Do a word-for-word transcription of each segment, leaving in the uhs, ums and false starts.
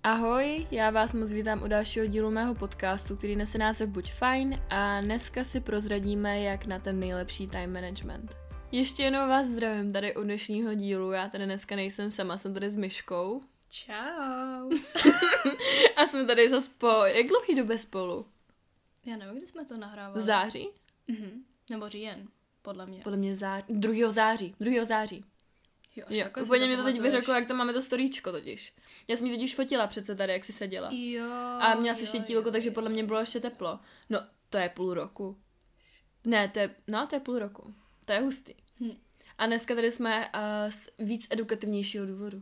Ahoj, já vás moc vítám u dalšího dílu mého podcastu, který nese název Buď fajn a dneska si prozradíme, jak na ten nejlepší time management. Ještě jenom vás zdravím tady u dnešního dílu, já tady dneska nejsem sama, jsem tady s Myškou. Čau. A jsme tady zase po, jak dlouhý době spolu? Já nevím, kdy jsme to nahrávali. V září? Mhm. Nebo říjen, podle mě. Podle mě září, druhého září, druhého září. Jo, Jo, úplně mě to teď vyřeklo, jak tam máme to storíčko totiž. Já jsem ji totiž fotila přece tady, jak jsi seděla. Jo, A měla jsi jo, štětílko, jo, takže jo. podle mě bylo ještě teplo. No, to je půl roku. Ne, to je, no, to je půl roku. To je hustý. Hm. A dneska tady jsme uh, z víc edukativnějšího důvodu.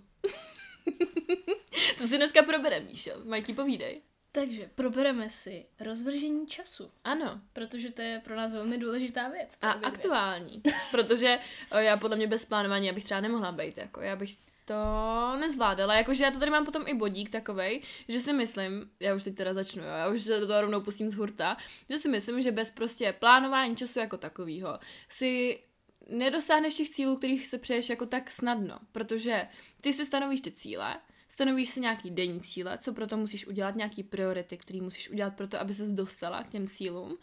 Co si dneska probereme, Míšo? Majky, povídej. Takže probereme si rozvržení času, Ano. protože to je pro nás velmi důležitá věc. A aktuální. Protože o, já podle mě bez plánování, já bych třeba nemohla být, jako já bych to nezvládala, jakože já to tady mám potom i bodík takovej, že si myslím, já už teď teda začnu, jo, já už se do toho rovnou pustím z hurta, že si myslím, že bez prostě plánování času jako takovýho si nedosáhneš těch cílů, kterých se přeješ jako tak snadno, protože ty si stanovíš ty cíle, stanovíš si nějaký denní cíle, co proto musíš udělat, nějaký priority, který musíš udělat proto, aby ses dostala k těm cílům.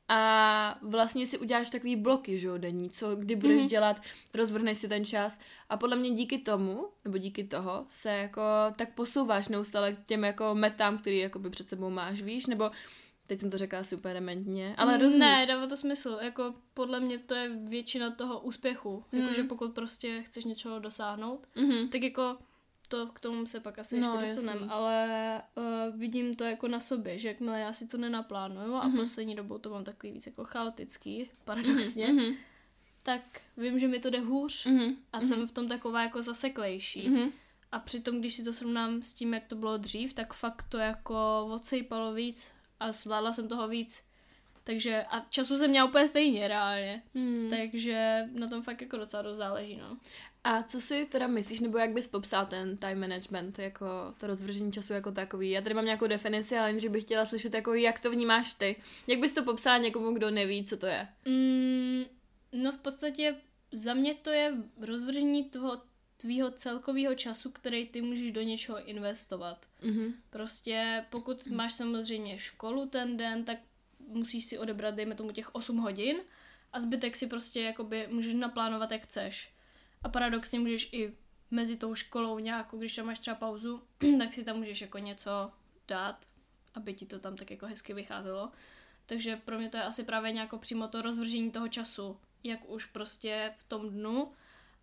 A vlastně si uděláš takový bloky, že jo, denní, co kdy budeš mm-hmm. dělat, rozvrhneš si ten čas a podle mě díky tomu, nebo díky toho se jako tak posouváš neustále k těm jako metám, který jakoby před sebou máš, víš, nebo teď jsem to řekla asi úplně dementně, ale mm, rozumíš. Ne, dává to smysl, jako podle mě to je většina toho úspěchu, Mm. jakože pokud prostě chceš něčeho dosáhnout, Mm-hmm. tak jako to k tomu se pak asi No, ještě dostaneme, jasný. ale uh, vidím to jako na sobě, že jakmile já si to nenaplánuju a Mhm. poslední dobou to mám takový víc jako chaotický, paradoxně, Mm-hmm. tak vím, že mi to jde hůř Mm-hmm. a jsem v tom taková jako zaseklejší. Mm-hmm. A přitom, když si to srovnám s tím, jak to bylo dřív, tak fakt to jako odsejpalo víc a zvládla jsem toho víc. Takže a času jsem měla úplně stejně reálně. Mm. Takže na tom fakt jako docela dost záleží, no. A co si teda myslíš, nebo jak bys popsal ten time management, jako to rozvržení času jako takový? Já tady mám nějakou definici, ale jenže bych chtěla slyšet, jako jak to vnímáš ty. Jak bys to popsala někomu, kdo neví, co to je? Mm, no v podstatě za mě to je rozvržení toho tvýho celkového času, který ty můžeš do něčeho investovat. Mhm. Prostě pokud máš samozřejmě školu ten den, tak musíš si odebrat, dejme tomu, těch osm hodin a zbytek si prostě jakoby můžeš naplánovat, jak chceš. A paradoxně můžeš i mezi tou školou nějakou, když tam máš třeba pauzu, tak si tam můžeš jako něco dát, aby ti to tam tak jako hezky vycházelo. Takže pro mě to je asi právě nějako přímo to rozvržení toho času, jak už prostě v tom dnu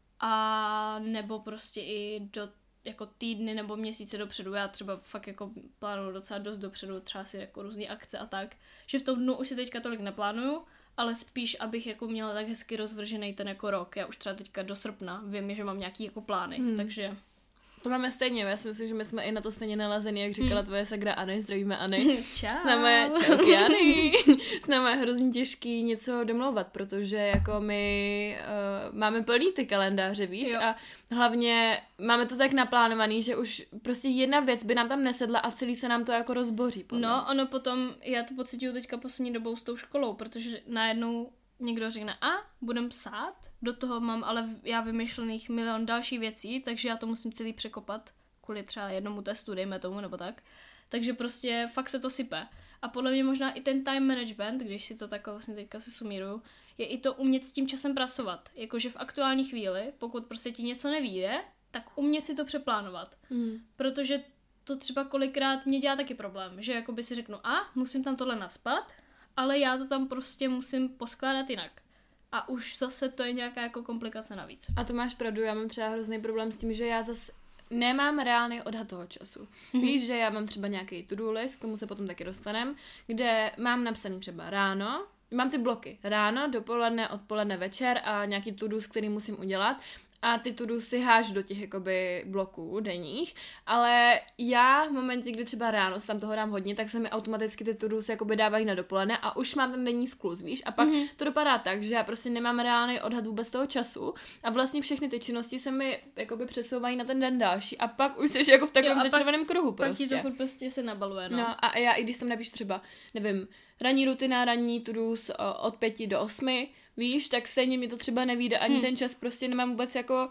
a nebo prostě i do jako týdny nebo měsíce dopředu. Já třeba fakt jako plánuju docela dost dopředu, třeba si jako různý akce a tak, že v tom dnu už si teďka tolik neplánuju, ale spíš, abych jako měla tak hezky rozvržený ten jako rok. Já už třeba teďka do srpna vím, že mám nějaký jako plány, Hmm. takže... To máme stejně, já si myslím, že my jsme i na to stejně nalazený, jak říkala tvoje segra Anny, zdravíme Anny. Čau. S námi je, čauky Anny, s námi je hrozně těžký něco domlouvat, protože jako my uh, máme plný ty kalendáře, víš, Jo. a hlavně máme to tak naplánovaný, že už prostě jedna věc by nám tam nesedla a celý se nám to jako rozboří. podle No, ono potom, já to pocituju teďka poslední dobou s tou školou, protože najednou někdo řekne, a budem psát, do toho mám ale já vymyšlených milion další věcí, takže já to musím celý překopat kvůli třeba jednomu testu, dejme tomu, nebo tak. Takže prostě fakt se to sype. A podle mě možná i ten time management, když si to takhle vlastně teďka si sumíruju, je i to umět s tím časem pracovat. Jakože v aktuální chvíli, pokud prostě ti něco nevyjde, tak umět si to přeplánovat. Hmm. Protože to třeba kolikrát mě dělá taky problém, že jakoby si řeknu, a musím tam tohle nacpat, ale já to tam prostě musím poskládat jinak. A už zase to je nějaká jako komplikace navíc. A to máš pravdu, já mám třeba hrozný problém s tím, že já zase nemám reálný odhad toho času. Mm-hmm. Víš, že já mám třeba nějaký to-do list, k tomu se potom taky dostanem, kde mám napsaný třeba ráno, mám ty bloky, ráno, dopoledne, odpoledne, večer a nějaký to-do, který musím udělat. A ty to si hážu do těch jakoby bloků denních, ale já v momentě, kdy třeba ráno tam toho dám hodně, tak se mi automaticky ty to se jakoby dávají na dopoledne a už mám ten denní skluz, víš, a pak mm-hmm. to dopadá tak, že já prostě nemám reálný odhad vůbec toho času a vlastně všechny ty činnosti se mi jakoby přesouvají na ten den další a pak už jsi jako v takovém začarovaném kruhu prostě. Pak ti to furt prostě se nabaluje, no. No a já i když tam napíšu třeba, nevím, ranní rutina, ranní to od pěti do osmi, víš, tak stejně mi to třeba nevíde, ani hmm. ten čas prostě nemám vůbec jako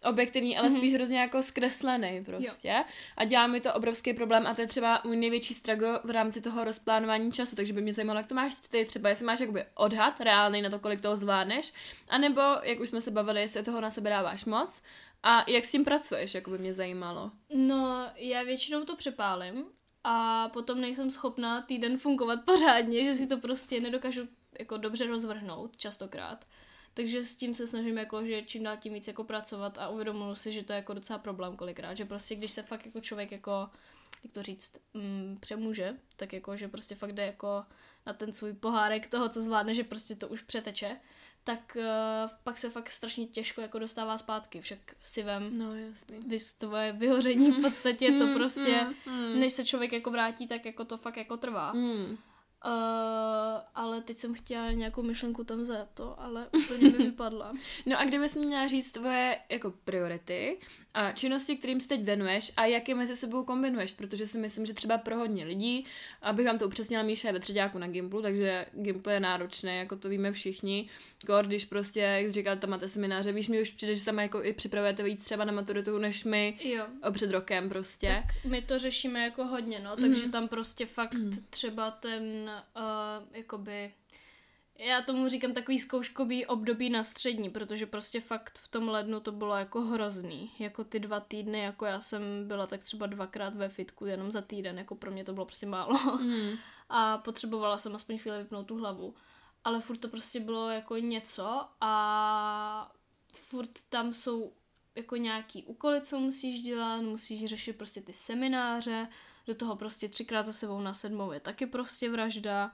objektivní, ale Mhm. spíš hrozně jako zkreslený prostě. A dělá mi to obrovský problém a to je třeba můj největší struggle v rámci toho rozplánování času, takže by mě zajímalo, jak to máš ty třeba, jestli máš jakoby odhad reálný na to, kolik toho zvládneš, anebo, jak už jsme se bavili, jestli toho na sebe dáváš moc a jak s tím pracuješ, jako by mě zajímalo. No, já většinou to přepálím a potom nejsem schopná týden fungovat pořádně, že si to prostě nedokážu jako dobře rozvrhnout častokrát. Takže s tím se snažím jako, že čím dál tím víc jako pracovat a uvědomuji si, že to je jako docela problém kolikrát, že prostě když se fakt jako člověk jako, jak to říct, mm, přemůže, tak jako, že prostě fakt jde jako na ten svůj pohárek toho, co zvládne, že prostě to už přeteče, tak uh, pak se fakt strašně těžko jako dostává zpátky, však si vem, No jasný. vys tvoje vyhoření v podstatě to prostě, mm, než se člověk jako vrátí, tak jako to fakt jako trvá. mm. Uh, ale teď jsem chtěla nějakou myšlenku tam za to, ale úplně mi vypadla. No a kdybys mi měla říct tvoje jako priority a činnosti, kterým se teď věnuješ a jak je mezi sebou kombinuješ, protože si myslím, že třeba pro hodně lidí, abych vám to upřesnila, Míša je ve třeťáku na Gimplu, takže Gimpl je náročný, jako to víme všichni. Kor, když prostě, jak jsi říkala, tam máte semináře, víš, mi už přijde, že sama jako i připravujete víc třeba na maturitu, než my Jo. před rokem prostě. Tak my to řešíme jako hodně, no, takže tam prostě fakt třeba ten, uh, jakoby, já tomu říkám takový zkouškový období na střední, protože prostě fakt v tom lednu to bylo jako hrozný, jako ty dva týdny, jako já jsem byla tak třeba dvakrát ve fitku jenom za týden, jako pro mě to bylo prostě málo Mm. a potřebovala jsem aspoň chvíli vypnout tu hlavu, ale furt to prostě bylo jako něco a furt tam jsou jako nějaký úkoly, co musíš dělat, musíš řešit prostě ty semináře, do toho prostě třikrát za sebou na sedmou je taky prostě vražda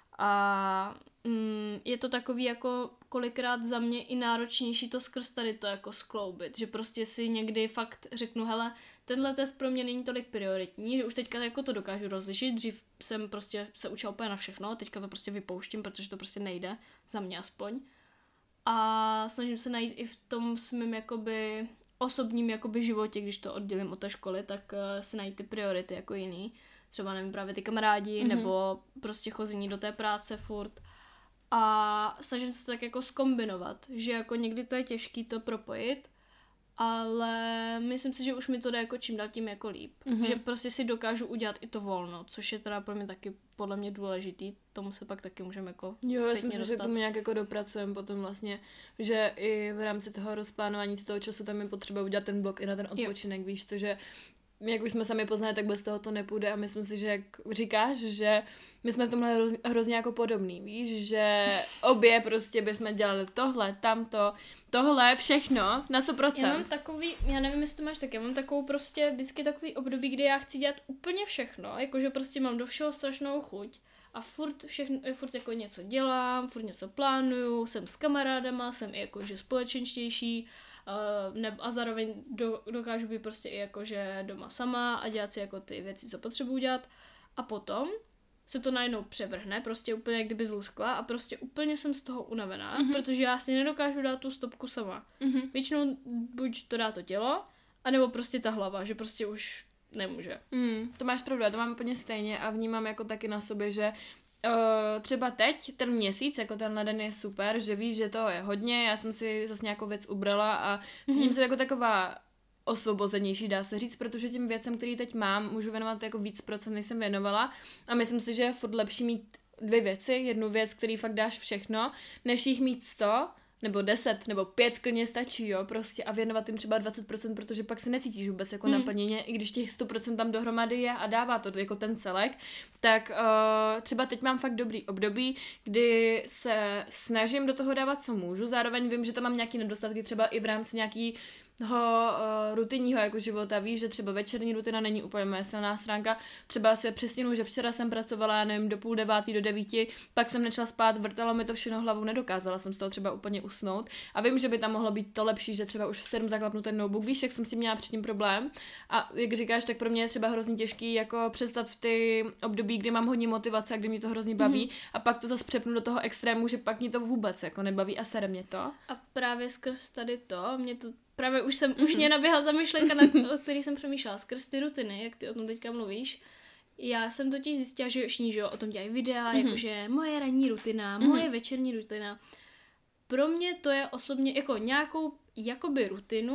a mm, je to takový jako kolikrát za mě i náročnější to skrz tady to jako skloubit, že prostě si někdy fakt řeknu, hele, tenhle test pro mě není tolik prioritní, že už teďka jako to dokážu rozlišit, dřív jsem prostě se učila úplně na všechno, teďka to prostě vypouštím, protože to prostě nejde, za mě aspoň. A snažím se najít i v tom svém jakoby osobním jakoby životě, když to oddělím od té školy, tak uh, si najít ty priority jako jiný. Třeba nevím, právě ty kamarádi, mm-hmm. nebo prostě chození do té práce furt. A snažím se to tak jako zkombinovat, že jako někdy to je těžký to propojit, ale myslím si, že už mi to jde jako čím dál tím jako líp. Mm-hmm. Že prostě si dokážu udělat i to volno, což je teda pro mě taky podle mě důležitý, tomu se pak taky můžeme jako Jo, já si myslím, dostat. že k tomu nějak jako dopracujeme potom vlastně, že i v rámci toho rozplánování si toho času tam je potřeba udělat ten blok i na ten odpočinek, jo. Víš, co, že jak už jsme sami poznali, tak bez toho to nepůjde a myslím si, že jak říkáš, že my jsme v tomhle hroz, hrozně jako podobný, víš, že obě prostě bychom dělali tohle, tamto, tohle, všechno na sto procent. Já mám takový, já nevím, jestli to máš tak, já mám takovou prostě vždycky takový období, kdy já chci dělat úplně všechno, jakože prostě mám do všeho strašnou chuť a furt všechno, furt jako něco dělám, furt něco plánuju, jsem s kamarádama, jsem i jakože společenštější, Uh, ne, a zároveň do, dokážu být prostě i jakože doma sama a dělat si jako ty věci, co potřebuji dělat a potom se to najednou převrhne, prostě úplně jak kdyby zluskla a prostě úplně jsem z toho unavená, mm-hmm. protože já si nedokážu dát tu stopku sama. Mm-hmm. Většinou buď to dá to tělo, anebo prostě ta hlava, že prostě už nemůže. Mm, to máš pravdu, já to mám úplně stejně a vnímám jako taky na sobě, že Uh, třeba teď, ten měsíc, jako tenhle den je super, že víš, že to je hodně, já jsem si zase nějakou věc ubrala a cítím mm-hmm. se jako taková osvobozenější, dá se říct, protože těm věcem, který teď mám, můžu věnovat jako víc procent, než jsem věnovala a myslím si, že je furt lepší mít dvě věci, jednu věc, který fakt dáš všechno, než jich mít sto, nebo deset, nebo pět klidně stačí, jo, prostě a věnovat jim třeba dvacet procent, protože pak se necítíš vůbec jako mm. naplněně, i když těch sto procent tam dohromady je a dává to jako ten celek, tak uh, třeba teď mám fakt dobrý období, kdy se snažím do toho dávat, co můžu, zároveň vím, že tam mám nějaký nedostatky třeba i v rámci nějaký toho uh, rutinního jako života, víš, že třeba večerní rutina není úplně moje silná stránka, třeba se přestěnu, že včera jsem pracovala, nevím, do půl devátý, do devíti, pak jsem nešla spát, vrtalo mi to všechno hlavou, nedokázala jsem z toho třeba úplně usnout a vím, že by tam mohlo být to lepší, že třeba už v sedm zaklapnu ten notebook, víš, jak jsem s tím měla předtím problém a jak říkáš, tak pro mě je třeba hrozně těžký jako přestat v ty období, kdy mám hodně motivace a kdy mě to hrozně baví mm-hmm. a pak to zase přepnu do toho extrému, že pak mě to vůbec jako nebaví a sere mě to. A právě skrz tady to, mě to Právě už jsem, mm-hmm. už mě naběhla ta myšlenka, na, o který jsem přemýšlela, skrz ty rutiny, jak ty o tom teďka mluvíš. Já jsem totiž zjistila, že všichni, že o tom dělají videa, mm-hmm. jakože moje ranní rutina, mm-hmm. moje večerní rutina. Pro mě to je osobně, jako nějakou jakoby rutinu,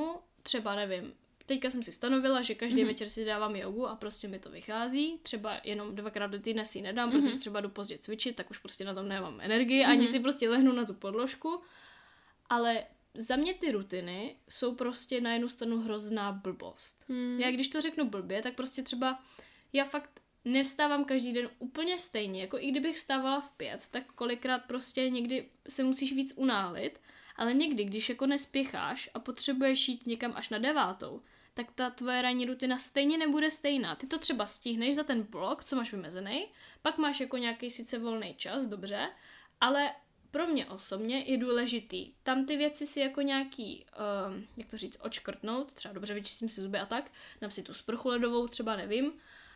třeba nevím, teďka jsem si stanovila, že každý mm-hmm. večer si dávám jogu a prostě mi to vychází. Třeba jenom dvakrát do týdne si ji nedám, mm-hmm. protože třeba jdu pozdě cvičit, tak už prostě na tom nemám energii, mm-hmm. ani si prostě lehnu na tu podložku. Ale za mě ty rutiny jsou prostě na jednu stranu hrozná blbost. Mm. Já když to řeknu blbě, tak prostě třeba já fakt nevstávám každý den úplně stejně. Jako i kdybych vstávala v pět, tak kolikrát prostě někdy se musíš víc unálit, ale někdy, když jako nespěcháš a potřebuješ jít někam až na devátou, tak ta tvoje ranní rutina stejně nebude stejná. Ty to třeba stihneš za ten blok, co máš vymezený, pak máš jako nějaký sice volný čas, dobře, ale pro mě osobně je důležitý tam ty věci si jako nějaký, uh, jak to říct, odškrtnout, třeba dobře vyčistím si zuby a tak, dám si tu sprchu ledovou, třeba nevím, uh,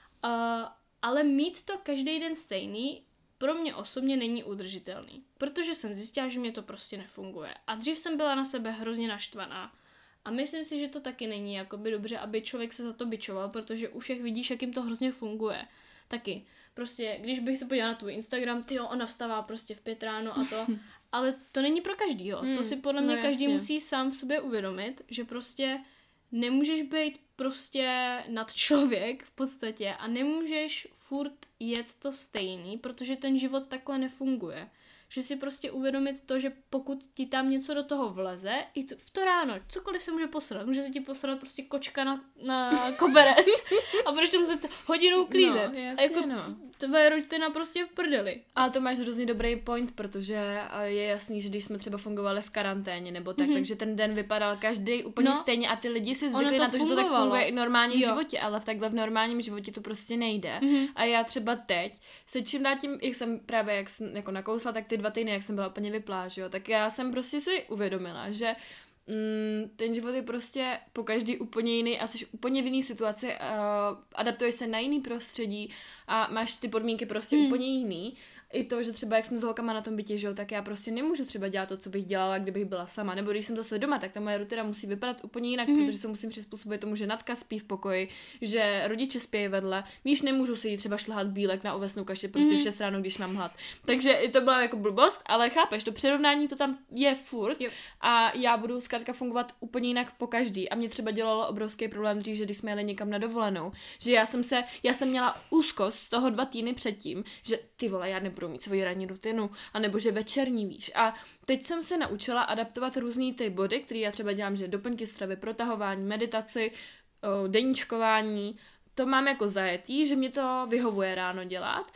ale mít to každý den stejný pro mě osobně není udržitelný, protože jsem zjistila, že mě to prostě nefunguje. A dřív jsem byla na sebe hrozně naštvaná. A myslím si, že to taky není jakoby dobře, aby člověk se za to bičoval, protože u všech vidíš, jak jim to hrozně funguje. Taky, prostě, když bych se podívala na tvůj Instagram, tyjo, ona vstává prostě v pět ráno a to, ale to není pro každýho. Hmm, to si podle mě no každý jasně. musí sám v sobě uvědomit, že prostě nemůžeš být prostě nadčlověk v podstatě a nemůžeš furt jet to stejný, protože ten život takhle nefunguje. Že si prostě uvědomit to, že pokud ti tam něco do toho vleze, i to, v to ráno, cokoliv se může posrat, může se ti posrat prostě kočka na, na koberec a budeš to muset hodinu uklízet. No, jasně, a jako no. tvoje rutina prostě v prdeli. A to máš hrozně dobrý point, protože je jasný, že když jsme třeba fungovali v karanténě nebo tak, mm-hmm. takže ten den vypadal každý úplně no, stejně a ty lidi si zvykli na to, fungovalo. že to tak funguje i v normálním jo. životě, ale v takhle v normálním životě to prostě nejde. Mm-hmm. A já třeba teď se čím dál tím, jak jsem právě jak jsem jako nakousla, tak ty dva týdny, jak jsem byla úplně vyplá, že jo, tak já jsem prostě si uvědomila, že mm, ten život je prostě po každý úplně jiný a jsi úplně v jiný situaci, uh, adaptuješ se na jiný prostředí a máš ty podmínky prostě mm. úplně jiný. I to, že třeba jak jsme s holkama na tom bytě, že jo, tak já prostě nemůžu třeba dělat to, co bych dělala, kdybych byla sama, nebo když jsem zase doma, tak ta moje rutina musí vypadat úplně jinak, mm. protože se musím přizpůsobit tomu, že Natka spí v pokoji, že rodiče spí vedle, víš, nemůžu si jí třeba šlehat bílek na ovesnou kaši prostě v šest ráno, když mám hlad. Takže i to byla jako blbost, ale chápeš, to přirovnání to tam je furt jo. a já budu zkrátka fungovat úplně jinak po každý. A mě třeba dělalo obrovský problém dřív, že když jsme jeli někam na dovolenou, že já jsem se, já jsem měla úzkost z toho dva týdny předtím, že ty vole, já nebudu mít svoji ranní rutinu, anebo že večerní, víš. A teď jsem se naučila adaptovat různý ty body, které já třeba dělám, že doplňky stravy, protahování, meditaci, deníčkování, to mám jako zajetý, že mě to vyhovuje ráno dělat,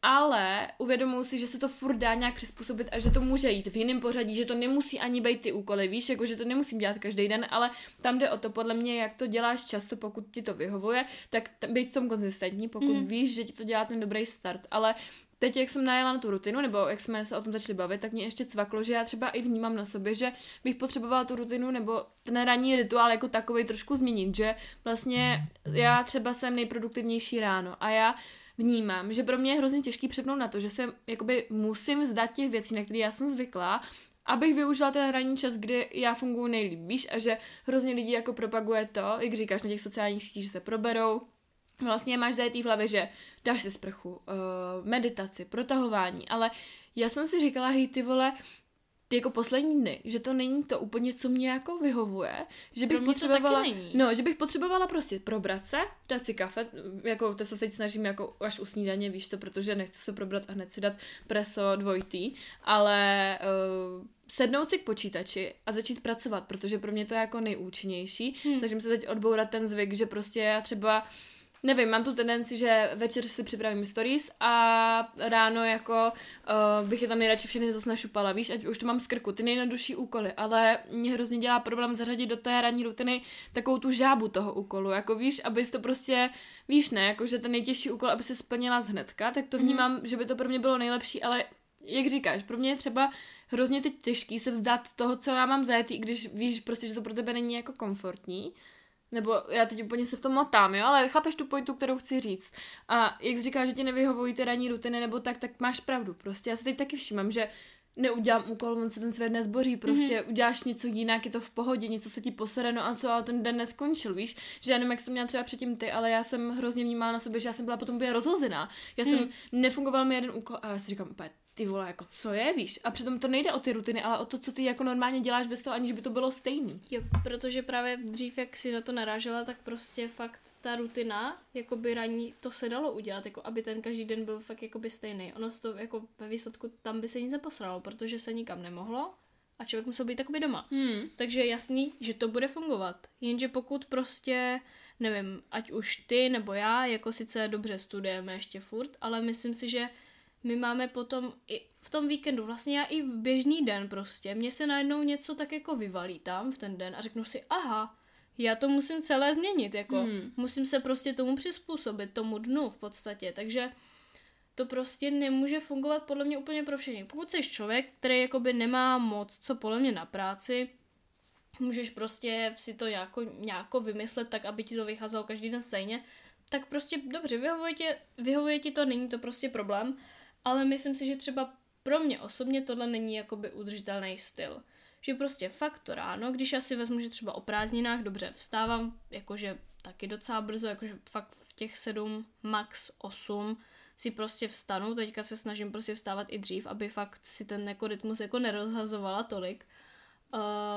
ale uvědomuji si, že se to furt dá nějak přizpůsobit a že to může jít v jiném pořadí, že to nemusí ani být ty úkoly, víš, jako že to nemusím dělat každý den, ale tam jde o to, podle mě, jak to děláš často, pokud ti to vyhovuje, tak t- být v tom konzistentní, pokud mm. víš, že ti to dělá ten dobrý start, ale teď, jak jsem najela na tu rutinu, nebo jak jsme se o tom začali bavit, tak mě ještě cvaklo, že já třeba i vnímám na sobě, že bych potřebovala tu rutinu nebo ten ranní rituál jako takovej trošku změnit, že vlastně já třeba jsem nejproduktivnější ráno a já vnímám, že pro mě je hrozně těžký přepnout na to, že se jakoby musím vzdát těch věcí, na které já jsem zvyklá, abych využila ten ranní čas, kdy já funguji nejlíp, víš, a že hrozně lidí jako propaguje to, jak říkáš na těch sociálních sítích, že se proberou, vlastně máš zajetý v hlavě, že dáš si sprchu, uh, meditaci, protahování, ale já jsem si říkala, hej ty vole, ty jako poslední dny, že to není to úplně, co mě jako vyhovuje, že bych potřebovala, no, že bych potřebovala prostě probrat se, dát si kafe, jako to se teď snažím jako až u snídaně, víš co, protože nechci se probrat a hned si dát preso dvojitý, ale uh, sednout si k počítači a začít pracovat, protože pro mě to je jako nejúčinnější. Hmm. Snažím se teď odbourat ten zvyk, že prostě já třeba nevím, mám tu tendenci, že večer si připravím stories a ráno jako uh, bych je tam nejradši všechny zase našupala, víš, ať už to mám z krku, ty nejjednodušší úkoly, ale mě hrozně dělá problém zařadit do té ranní rutiny takovou tu žábu toho úkolu, jako víš, abys to prostě, víš ne, jako že ten nejtěžší úkol, aby se splnila hnedka, tak to vnímám, mm. že by to pro mě bylo nejlepší, ale jak říkáš, pro mě je třeba hrozně teď těžký se vzdát toho, co já mám zajetý, i když víš prostě, že to pro tebe není jako komfortní. Nebo já teď úplně se v tom motám, jo, ale chápeš tu pointu, kterou chci říct. A jak jsi říkala, že ti nevyhovují ty ranní rutiny nebo tak, tak máš pravdu. Prostě já se teď taky všímám, že neudělám úkol, on se ten svět nezboří, prostě mm-hmm. uděláš něco jinak, je to v pohodě, něco se ti posede, no a co, ale ten den neskončil, víš, že já nevím, jak jsem měla třeba předtím ty, ale já jsem hrozně vnímala na sobě, že já jsem byla potom úplně rozhozená, já jsem, mm. nefungoval mi jeden úkol a já si říkám, úplně, ty vole, jako co je, víš? A přitom to nejde o ty rutiny, ale o to, co ty jako normálně děláš bez toho, aniž by to bylo stejný. Jo, protože právě dřív, jak si na to narážela, tak prostě fakt ta rutina, jakoby ranní, to se dalo udělat, jako aby ten každý den byl fakt jakoby stejný. Ono se to jako ve výsledku tam by se nic neposralo, protože se nikam nemohlo a člověk musel být takoby doma. Hmm. Takže je jasný, že to bude fungovat. Jenže pokud prostě, nevím, ať už ty nebo já, jako sice dobře studujeme ještě furt, ale myslím si, že my máme potom i v tom víkendu, vlastně já i v běžný den prostě, mně se najednou něco tak jako vyvalí tam v ten den a řeknu si, aha, já to musím celé změnit, jako hmm. musím se prostě tomu přizpůsobit, tomu dnu v podstatě, takže to prostě nemůže fungovat podle mě úplně pro všechny. Pokud jsi člověk, který jakoby nemá moc co podle mě na práci, můžeš prostě si to nějako, nějako vymyslet tak, aby ti to vycházelo každý den stejně, tak prostě dobře, vyhovuje ti, vyhovuje ti to, není to prostě problém, ale myslím si, že třeba pro mě osobně tohle není jakoby udržitelný styl. Že prostě fakt to ráno, když já si vezmu, že třeba o prázdninách dobře vstávám, jakože taky docela brzo, jakože fakt v těch sedm, max osm si prostě vstanu, teďka se snažím prostě vstávat i dřív, aby fakt si ten jako rytmus jako nerozhazovala tolik. Uh,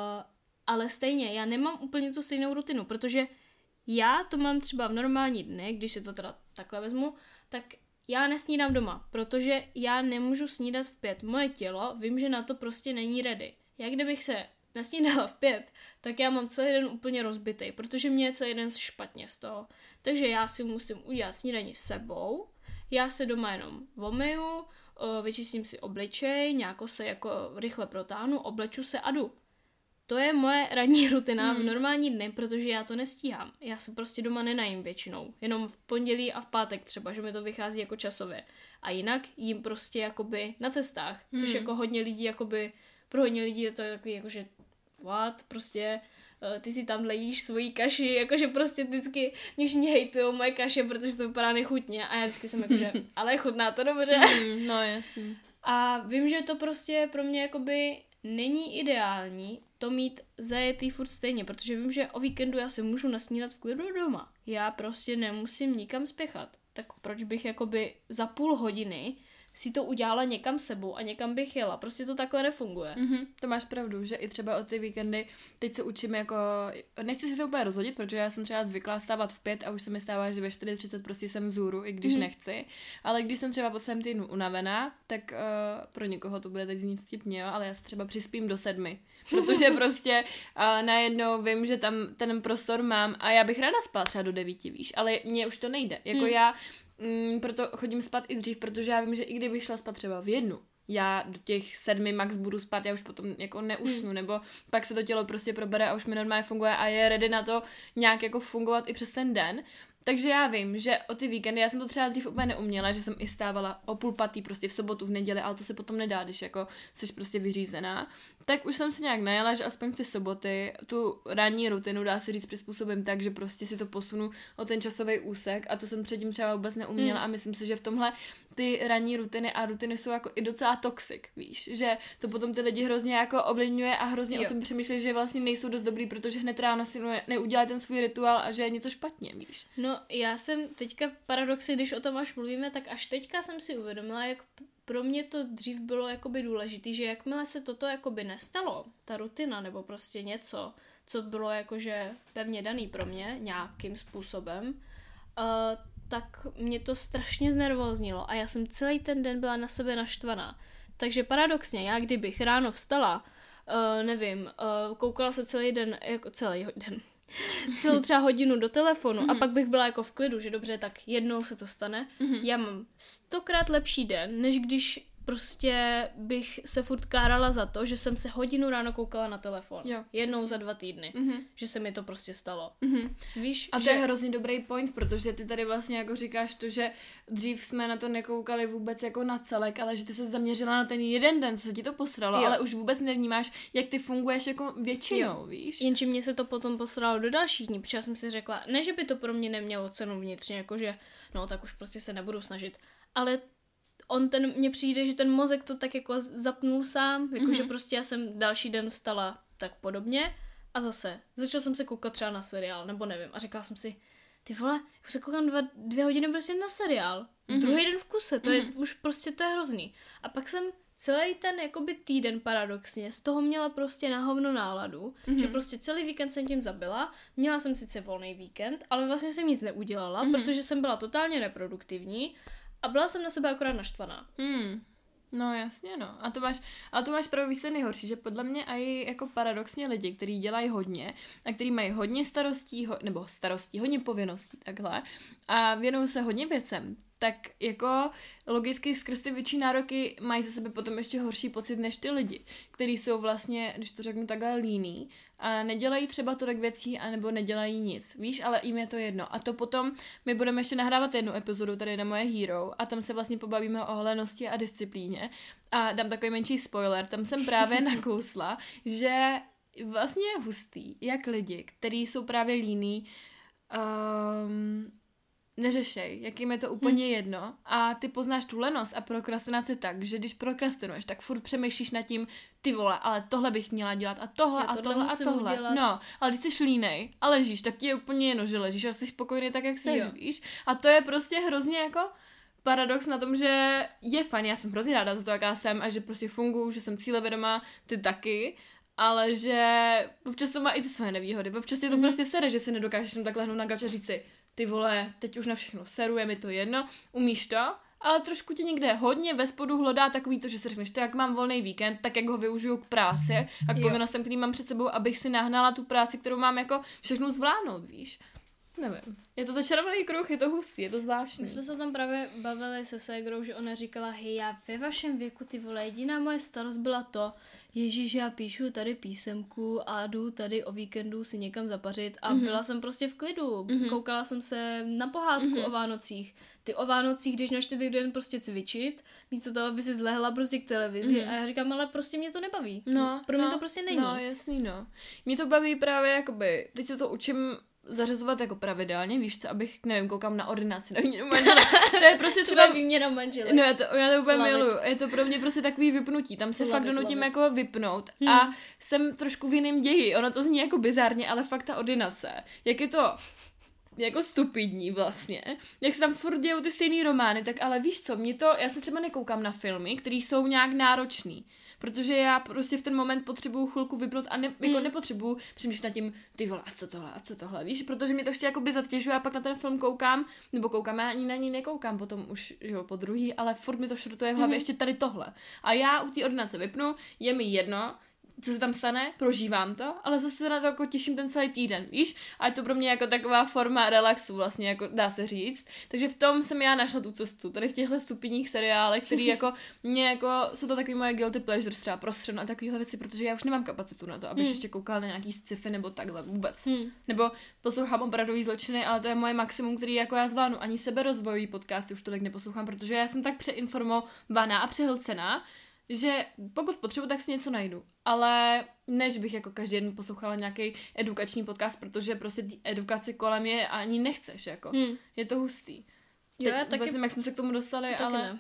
ale stejně, já nemám úplně tu stejnou rutinu, protože já to mám třeba v normální dny, když si to teda takhle vezmu, tak já nesnídám doma, protože já nemůžu snídat v pět. Moje tělo, vím, že na to prostě není ready. Já kdybych se nesnídala v pět, tak já mám celý den úplně rozbitej, protože mě je celý den špatně z toho. Takže já si musím udělat snídaní sebou, já se doma jenom omyju, vyčistím si obličej, nějako se jako rychle protáhnu, obleču se a jdu. To je moje ranní rutina hmm. v normální dny, protože já to nestíhám. Já se prostě doma nenajím většinou. Jenom v pondělí a v pátek třeba, že mi to vychází jako časově. A jinak jím prostě jakoby na cestách, hmm. což jako hodně lidí jakoby, pro hodně lidí je to takový jakože what, prostě ty si tam jíš svoji kaši, jakože prostě vždycky mě všichni hejtujou moje kaše, protože to vypadá nechutně a já vždycky jsem jakože, ale chutná to dobře. Hmm, no jasný. A vím, že to prostě pro mě jakoby není ideální to mít zajetý furt stejně, protože vím, že o víkendu já se můžu nasnídat v klidu doma. Já prostě nemusím nikam spěchat. Tak proč bych jakoby za půl hodiny si to udělala někam sebou a někam bych jela. Prostě to takhle nefunguje. Mm-hmm, to máš pravdu, že i třeba o ty víkendy teď se učím jako, nechci si to úplně rozhodit, protože já jsem třeba zvyklá stávat v pět a už se mi stává, že ve čtyři třicet prostě jsem vzhůru, i když mm-hmm. nechci. Ale když jsem třeba po celém týdnu unavená, tak uh, pro někoho to bude teď znít vtipně, jo, ale já se třeba přispím do sedmi. Protože prostě uh, najednou vím, že tam ten prostor mám a já bych ráda spala třeba do devíti, víš, ale mně už to nejde. Jako mm. já Mm, proto chodím spát i dřív, protože já vím, že i kdybych šla spát třeba v jednu, já do těch sedmi max budu spát, já už potom jako neusnu, mm. nebo pak se to tělo prostě probere a už mi normálně funguje a je ready na to nějak jako fungovat i přes ten den. Takže já vím, že o ty víkendy, já jsem to třeba dřív úplně neuměla, že jsem i stávala o půl patý prostě v sobotu, v neděli, ale to se potom nedá, když jako jsi prostě vyřízená. Tak už jsem se nějak najela, že aspoň v ty soboty tu ranní rutinu, dá se říct, přizpůsobím tak, že prostě si to posunu o ten časový úsek a to jsem předtím třeba vůbec neuměla mm. a myslím si, že v tomhle ty ranní rutiny a rutiny jsou jako i docela toxic, víš, že to potom ty lidi hrozně jako ovlivňuje a hrozně o sobě přemýšlí, že vlastně nejsou dost dobrý, protože hned ráno si neudělají ten svůj rituál a že je něco špatně, víš. No já jsem teďka paradoxně, když o tom až mluvíme, tak až teďka jsem si uvědomila, jak pro mě to dřív bylo jakoby důležitý, že jakmile se toto jakoby nestalo, ta rutina nebo prostě něco, co bylo jakože pevně daný pro mě nějakým způsobem, uh, tak mě to strašně znervóznilo a já jsem celý ten den byla na sebe naštvaná. Takže paradoxně, já kdybych ráno vstala, uh, nevím, uh, koukala se celý den, jako celý den, celou třeba hodinu do telefonu mm-hmm. a pak bych byla jako v klidu, že dobře, tak jednou se to stane. Mm-hmm. Já mám stokrát lepší den, než když prostě bych se furt kárala za to, že jsem se hodinu ráno koukala na telefon. Jo, jednou přesně. Za dva týdny. Mm-hmm. Že se mi to prostě stalo. Mm-hmm. Víš, a to že... je hrozně dobrý point, protože ty tady vlastně jako říkáš to, že dřív jsme na to nekoukali vůbec jako na celek, ale že ty se zaměřila na ten jeden den, co se ti to posralo, jo. Ale už vůbec nevnímáš, jak ty funguješ jako většinou, jo. Víš? Jenže mě se to potom posralo do dalších dní, protože já jsem si řekla, ne, že by to pro mě nemělo cenu vnitřně, jakože no tak už prostě se nebudu snažit, ale on ten, mně přijde, že ten mozek to tak jako zapnul sám, jakože mm-hmm. prostě já jsem další den vstala tak podobně a zase začala jsem se koukat třeba na seriál, nebo nevím, a řekla jsem si, ty vole, už se koukám dva, dvě hodiny prostě na seriál. Mm-hmm. Druhý den v kuse, to mm-hmm. je už prostě to je hrozný. A pak jsem celý ten jakoby týden paradoxně z toho měla prostě na hovno náladu, mm-hmm. že prostě celý víkend jsem tím zabila. Měla jsem sice volný víkend, ale vlastně jsem nic neudělala, mm-hmm. protože jsem byla totálně neproduktivní a byla jsem na sebe akorát naštvaná. Mm. No jasně, no. A to máš, ale to máš pravý výsledný horší, že podle mě i jako paradoxně lidi, kteří dělají hodně a kteří mají hodně starostí, ho, nebo starostí, hodně povinností, takhle, a věnují se hodně věcem, tak jako logicky skrz ty větší nároky mají ze sebe potom ještě horší pocit než ty lidi, kteří jsou vlastně, když to řeknu takhle, líní a nedělají třeba tolik věcí anebo nedělají nic, víš, ale jim je to jedno. A to potom my budeme ještě nahrávat jednu epizodu tady na Moje Hero a tam se vlastně pobavíme o hlenosti a disciplíně a dám takový menší spoiler, tam jsem právě nakousla, že vlastně je hustý, jak lidi, kteří jsou právě líní, um, neřešej, jak jim je to úplně hmm. jedno a ty poznáš tu lenost a prokrastinaci tak, že když prokrastinuješ, tak furt přemýšlíš nad tím, ty vole, ale tohle bych měla dělat a tohle Já a tohle tohle a tohle. Udělat. No, ale když jsi línej a ležíš, tak ti je úplně jedno, že ležíš a jsi spokojný tak, jak seš, víš. A to je prostě hrozně jako paradox na tom, že je fajn, já jsem hrozně ráda za to, jaká jsem a že prostě funguju, že jsem cílevědomá, ty taky, ale že občas to má i ty své nevýhody. Občas je to mm-hmm. prostě sere, že si nedokážeš tam tak lehnout na gauč a říct si, ty vole, teď už na všechno seru, je mi to jedno, umíš to, ale trošku tě někde hodně ve spodu hlodá takový to, že si řekneš, to jak mám volný víkend, tak jak ho využiju k práci a k povinnostem, který mám před sebou, abych si nahnala tu práci, kterou mám jako všechno zvládnout, víš. Nevím. Je to začarovaný kruh, je to hustý, je to zvláštní. My jsme se o tom právě bavili se ségrou, že ona říkala, hej, já ve vašem věku, ty vole, jediná moje starost byla to, ježíš, já píšu tady písemku a jdu tady o víkendu si někam zapařit a mm-hmm. byla jsem prostě v klidu. Mm-hmm. Koukala jsem se na pohádku mm-hmm. o Vánocích. Ty o Vánocích, když na čtvrtý den prostě cvičit, místo toho, aby si zlehla prostě k televizi mm-hmm. a já říkám, ale prostě mě to nebaví. No, Pro mě no, to prostě není. No, jasný, no. Mě to baví právě jakoby, teď se to učím zařazovat jako pravidelně, víš co, abych, nevím, koukám na ordinaci, na výměnu manžela. To je prostě třeba výměna manžela. No já to, já to úplně miluju. Je to pro mě prostě takový vypnutí. Tam se love fakt donutím jako vypnout. Hmm. A jsem trošku v jiném ději. Ono to zní jako bizárně, ale fakt ta ordinace. Jak je to jako stupidní vlastně. Jak se tam furt dějou ty stejný romány, tak ale víš co, mě to, já se třeba nekoukám na filmy, které jsou nějak náročný. Protože já prostě v ten moment potřebuju chvilku vypnout a ne, mm. jako nepotřebuju přemýšlet nad tím, ty vole, a co tohle, a co tohle, víš, protože mě to ještě jakoby zatěžuje a pak na ten film koukám, nebo koukám, já ani na ní nekoukám potom už, jo, po druhý, ale furt mi to šrotuje v hlavě mm. ještě tady tohle. A já u té ordinace vypnu, je mi jedno, co se tam stane, prožívám to, ale zase se na to jako těším ten celý týden, víš? A je to pro mě jako taková forma relaxu vlastně, jako dá se říct. Takže v tom jsem já našla tu cestu, tady v těchto stupidních seriálech, který jako mě jako, jsou to takový moje guilty pleasures, třeba prostředno a takovýhle věci, protože já už nemám kapacitu na to, abych hmm. ještě koukala na nějaký sci-fi nebo takhle vůbec. Hmm. Nebo poslouchám opravdový zločiny, ale to je moje maximum, který jako já zvládnu. Ani seberozvojový podcasty už tolik neposlouchám, protože já jsem tak přeinformovaná a přehlcená, že pokud potřebuji, tak si něco najdu. Ale než bych jako každý den poslouchala nějaký edukační podcast, protože prostě ty edukace kolem je a ani nechceš, jako. Hmm. Je to hustý. Jo, Teď taky... vůbec nevím, jak jsme se k tomu dostali, taky ale...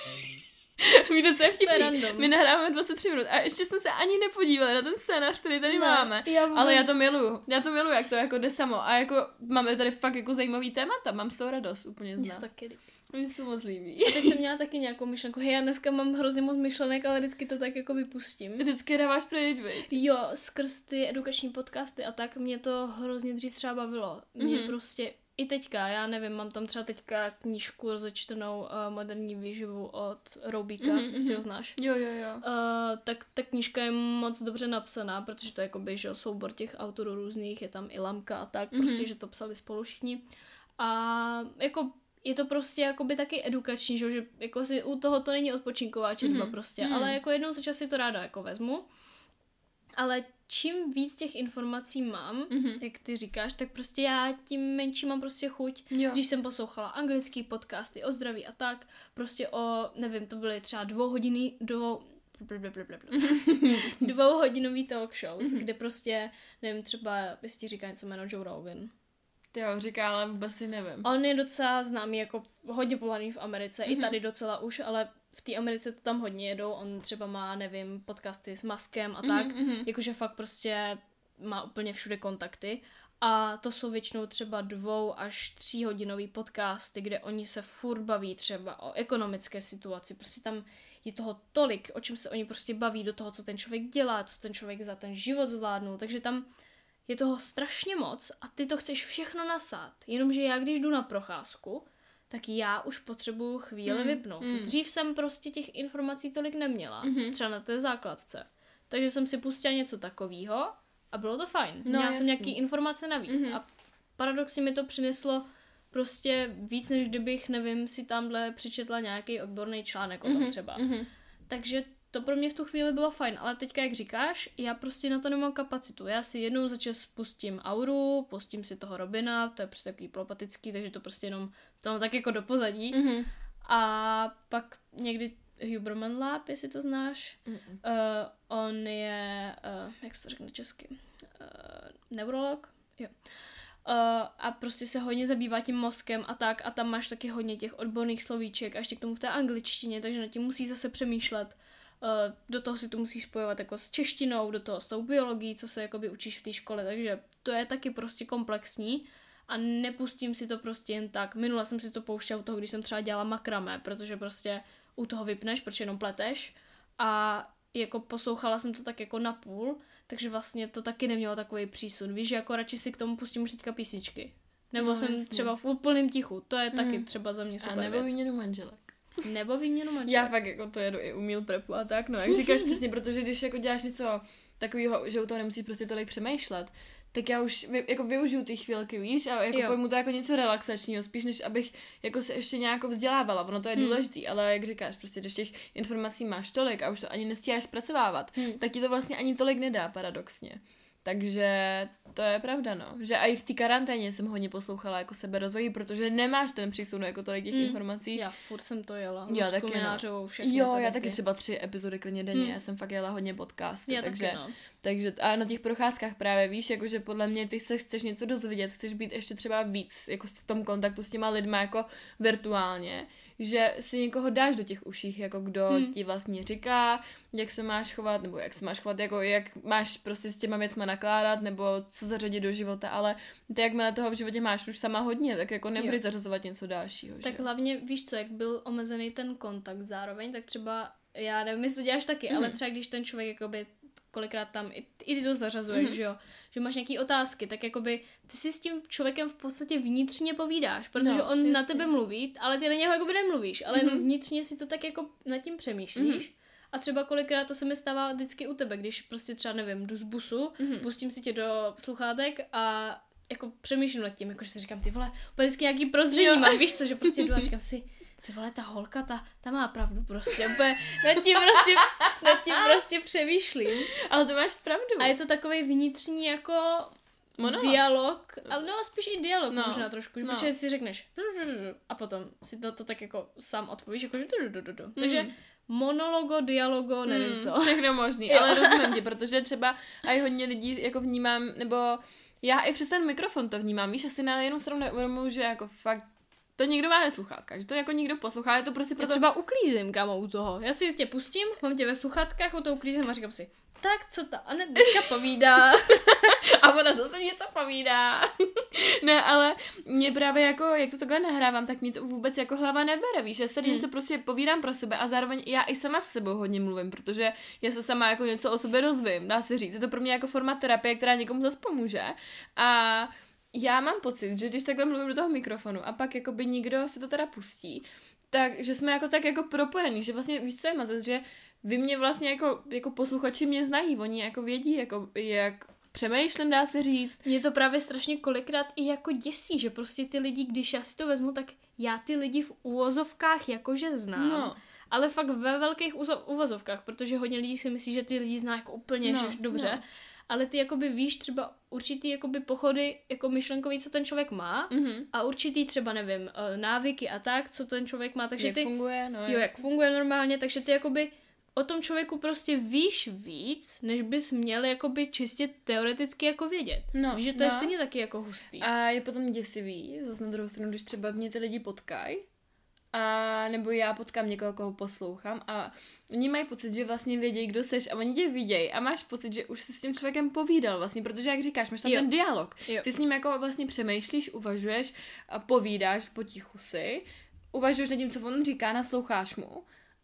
Víte, co je vtipný? My nahráváme dvacet tři minut a ještě jsme se ani nepodívali na ten scénář, který tady ne, máme. Já vůbec... Ale já to miluju. Já to miluju, jak to jako jde samo. A jako máme tady fakt jako zajímavý témata. Mám z toho radost úplně znát. Yes, taky. Mně se to moc líbí. A teď jsem měla taky nějakou myšlenku. Hej, já dneska mám hrozně moc myšlenek, ale vždycky to tak jako vypustím. Vždycky dáváš pryč, viď? Jo, skrz ty edukační podcasty a tak mě to hrozně dřív třeba bavilo. Mě mm-hmm. prostě i teďka, já nevím, mám tam třeba teďka knížku rozečtenou uh, moderní výživu od Roubíka, mm-hmm, jestli ho znáš. Jo, jo, jo. Uh, tak ta knížka je moc dobře napsaná, protože to je jakoby, že soubor těch autorů různých, je tam i Lamka a tak, mm-hmm. prostě, že to psali spolu všichni. A jako je to prostě jakoby taky edukační, že jako si u toho to není odpočinková četba mm-hmm. prostě, mm-hmm. ale jako jednou za čas si to ráda jako vezmu. Ale čím víc těch informací mám, mm-hmm. jak ty říkáš, tak prostě já tím menší mám prostě chuť. Jo. Když jsem poslouchala anglický podcasty o zdraví a tak, prostě o, nevím, to byly třeba dvouhodiny, dvou... dvouhodinový talk shows, mm-hmm. kde prostě, nevím, třeba, jestli říká něco jméno Joe Rogan. Ty ho říká, ale vůbec ty nevím. On je docela známý, jako hodně populární v Americe, mm-hmm. i tady docela už, ale v té Americe to tam hodně jedou, on třeba má, nevím, podcasty s Muskem a tak, mm-hmm. jakože fakt prostě má úplně všude kontakty A to jsou většinou třeba dvou až tříhodinový podcasty, kde oni se furt baví třeba o ekonomické situaci. Prostě tam je toho tolik, o čem se oni prostě baví, do toho, co ten člověk dělá, co ten člověk za ten život zvládnul. Takže tam je toho strašně moc a ty to chceš všechno nasát. Jenomže já, když jdu na procházku, tak já už potřebuju chvíli mm, vypnout. Mm. Dřív jsem prostě těch informací tolik neměla, mm-hmm. třeba na té základce. Takže jsem si pustila něco takového a bylo to fajn. No, Měla jasný. jsem nějaký informace navíc. Mm-hmm. A paradoxně mi to přineslo prostě víc, než kdybych, nevím, si tamhle přečetla nějaký odborný článek o tom mm-hmm. třeba. Mm-hmm. Takže to pro mě v tu chvíli bylo fajn, ale teďka, jak říkáš, já prostě na to nemám kapacitu. Já si jednou za čas pustím Auru, pustím si toho Robina, to je prostě takový polopatický, takže to prostě jenom to tak jako do pozadí. Mm-hmm. A pak někdy Huberman Lab, jestli to znáš. Mm-hmm. Uh, on je, uh, jak se to řekne česky, uh, neurolog, jo. Uh, a prostě se hodně zabývá tím mozkem a tak a tam máš taky hodně těch odborných slovíček a ještě k tomu v té angličtině, takže nad tím musíš zase přemýšlet. Uh, do toho si to musíš spojovat jako s češtinou, do toho s tou biologií, co se jakoby učíš v té škole, takže to je taky prostě komplexní a nepustím si to prostě jen tak. Minule jsem si to pouštěla u toho, když jsem třeba dělala makramé, protože prostě u toho vypneš, protože jenom pleteš a jako poslouchala jsem to tak jako na půl, takže vlastně to taky nemělo takový přísun. Víš, že jako radši si k tomu pustím už teďka písničky. Nebo no, jsem jasný. třeba v úplném tichu, to je taky mm. třeba za mě super a nebo výměnu manželek. Nebo výměnu manželek. Já fakt jako to jedu i u meal prepu a tak, no jak říkáš přesně, protože když jako děláš něco takového, že u toho nemusíš prostě tolik přemýšlet, tak já už vy, jako využiju ty chvílky, víš, a jako pojmu to jako něco relaxačního, spíš než abych jako se ještě nějak vzdělávala, ono to je hmm. důležitý, ale jak říkáš, prostě když těch informací máš tolik a už to ani nestíháš zpracovávat, hmm. tak ti to vlastně ani tolik nedá, paradoxně. Takže to je pravda, no. Že i v té karanténě jsem hodně poslouchala jako seberozvoji, protože nemáš ten přísun jako tolik těch mm. informací. Já furt jsem to jela. Jo, taky no. všechny. Jo, já taky třeba tři epizody klidně denně. Mm. Já jsem fakt jela hodně podcasty. Já takže, taky, no. takže a na těch procházkách právě víš, jakože podle mě ty se chceš něco dozvědět, chceš být ještě třeba víc jako v tom kontaktu s těma lidma jako virtuálně, že si někoho dáš do těch uších, jako kdo hmm. ti vlastně říká, jak se máš chovat, nebo jak se máš chovat, jako jak máš prostě s těma věcma nakládat, nebo co zařadit do života, ale ty jakmile toho v životě máš už sama hodně, tak jako nebudeš zařazovat něco dalšího. Tak že? Hlavně, víš co, jak byl omezený ten kontakt zároveň, tak třeba, já nevím, jestli to děláš taky, mm. ale třeba když ten člověk jakoby kolikrát tam i, i ty to zařazuješ, mm-hmm. že jo, že máš nějaký otázky, tak jakoby ty si s tím člověkem v podstatě vnitřně povídáš, protože no, on jasný. na tebe mluví, ale ty na něho jakoby nemluvíš, ale mm-hmm. jenom vnitřně si to tak jako nad tím přemýšlíš. Mm-hmm. A třeba kolikrát to se mi stává vždycky u tebe, když prostě třeba, nevím, jdu z busu, mm-hmm. pustím si tě do sluchátek a jako přemýšlím nad tím, jakože si říkám, ty vole, vždycky nějaký prozření mám, víš co, že prostě jdu a říkám si, ty vole, ta holka, ta, ta má pravdu prostě, úplně nad tím prostě, nad tím prostě přemýšlím. Ale to máš pravdu. A je to takový vnitřní jako Monolog. dialog, ale no spíš i dialog no. možná trošku, no. protože si řekneš a potom si to, to tak jako sám odpovíš, jako mm. takže monologo, dialogo, nevím mm, co. Všechno možný, ale rozumím ti, protože třeba aj hodně lidí jako vnímám, nebo já i přes ten mikrofon to vnímám, víš, asi na jednu stranu neuvědomuji, že jako fakt to někdo má ve sluchátkách, že to jako někdo poslouchá, je to prostě proto... Já třeba uklízím, kámo, u toho. Já si tě pustím, mám tě ve sluchátkách, u toho uklízím a říkám si, tak co ta Anet dneska povídá? A ona zase něco povídá. Ne, ale mě právě jako, jak to takhle nahrávám, tak mě to vůbec jako hlava nebere, víš, já tady hmm. něco prostě povídám pro sebe a zároveň já i sama s sebou hodně mluvím, protože já se sama jako něco o sobě rozvím, dá se říct. Je to pro mě jako forma terapie, která někomu zase pomůže. A já mám pocit, že když takhle mluvím do toho mikrofonu a pak jakoby nikdo si to teda pustí, tak, že jsme jako tak jako propojení, že vlastně víš, co je mazec, že vy mě vlastně jako, jako posluchači mě znají, oni jako vědí, jako jak přemýšlím, dá se říct. Mě to právě strašně kolikrát i jako děsí, že prostě ty lidi, když já si to vezmu, tak já ty lidi v uvozovkách jakože znám. No. Ale fakt ve velkých uvozovkách, protože hodně lidí si myslí, že ty lidi zná jako úplně no, že dobře. No. Ale ty jakoby víš třeba určitý jakoby pochody jako myšlenkový, co ten člověk má mm-hmm. a určitý třeba, nevím, návyky a tak, co ten člověk má, takže jak ty... funguje, no jo, jak funguje normálně, takže ty jakoby o tom člověku prostě víš víc, než bys měl jakoby čistě teoreticky jako vědět. No, víš, že to no. je stejně taky jako hustý. A je potom děsivý, zase na druhou stranu, když třeba mě ty lidi potkají a nebo já potkám někoho, koho poslouchám a oni mají pocit, že vlastně vědějí, kdo seš a oni tě vidějí a máš pocit, že už jsi s tím člověkem povídal vlastně, protože jak říkáš, máš tam Jo. ten dialog. Jo. Ty s ním jako vlastně přemýšlíš, uvažuješ a povídáš potichu si, uvažuješ nad tím, co on říká, nasloucháš mu.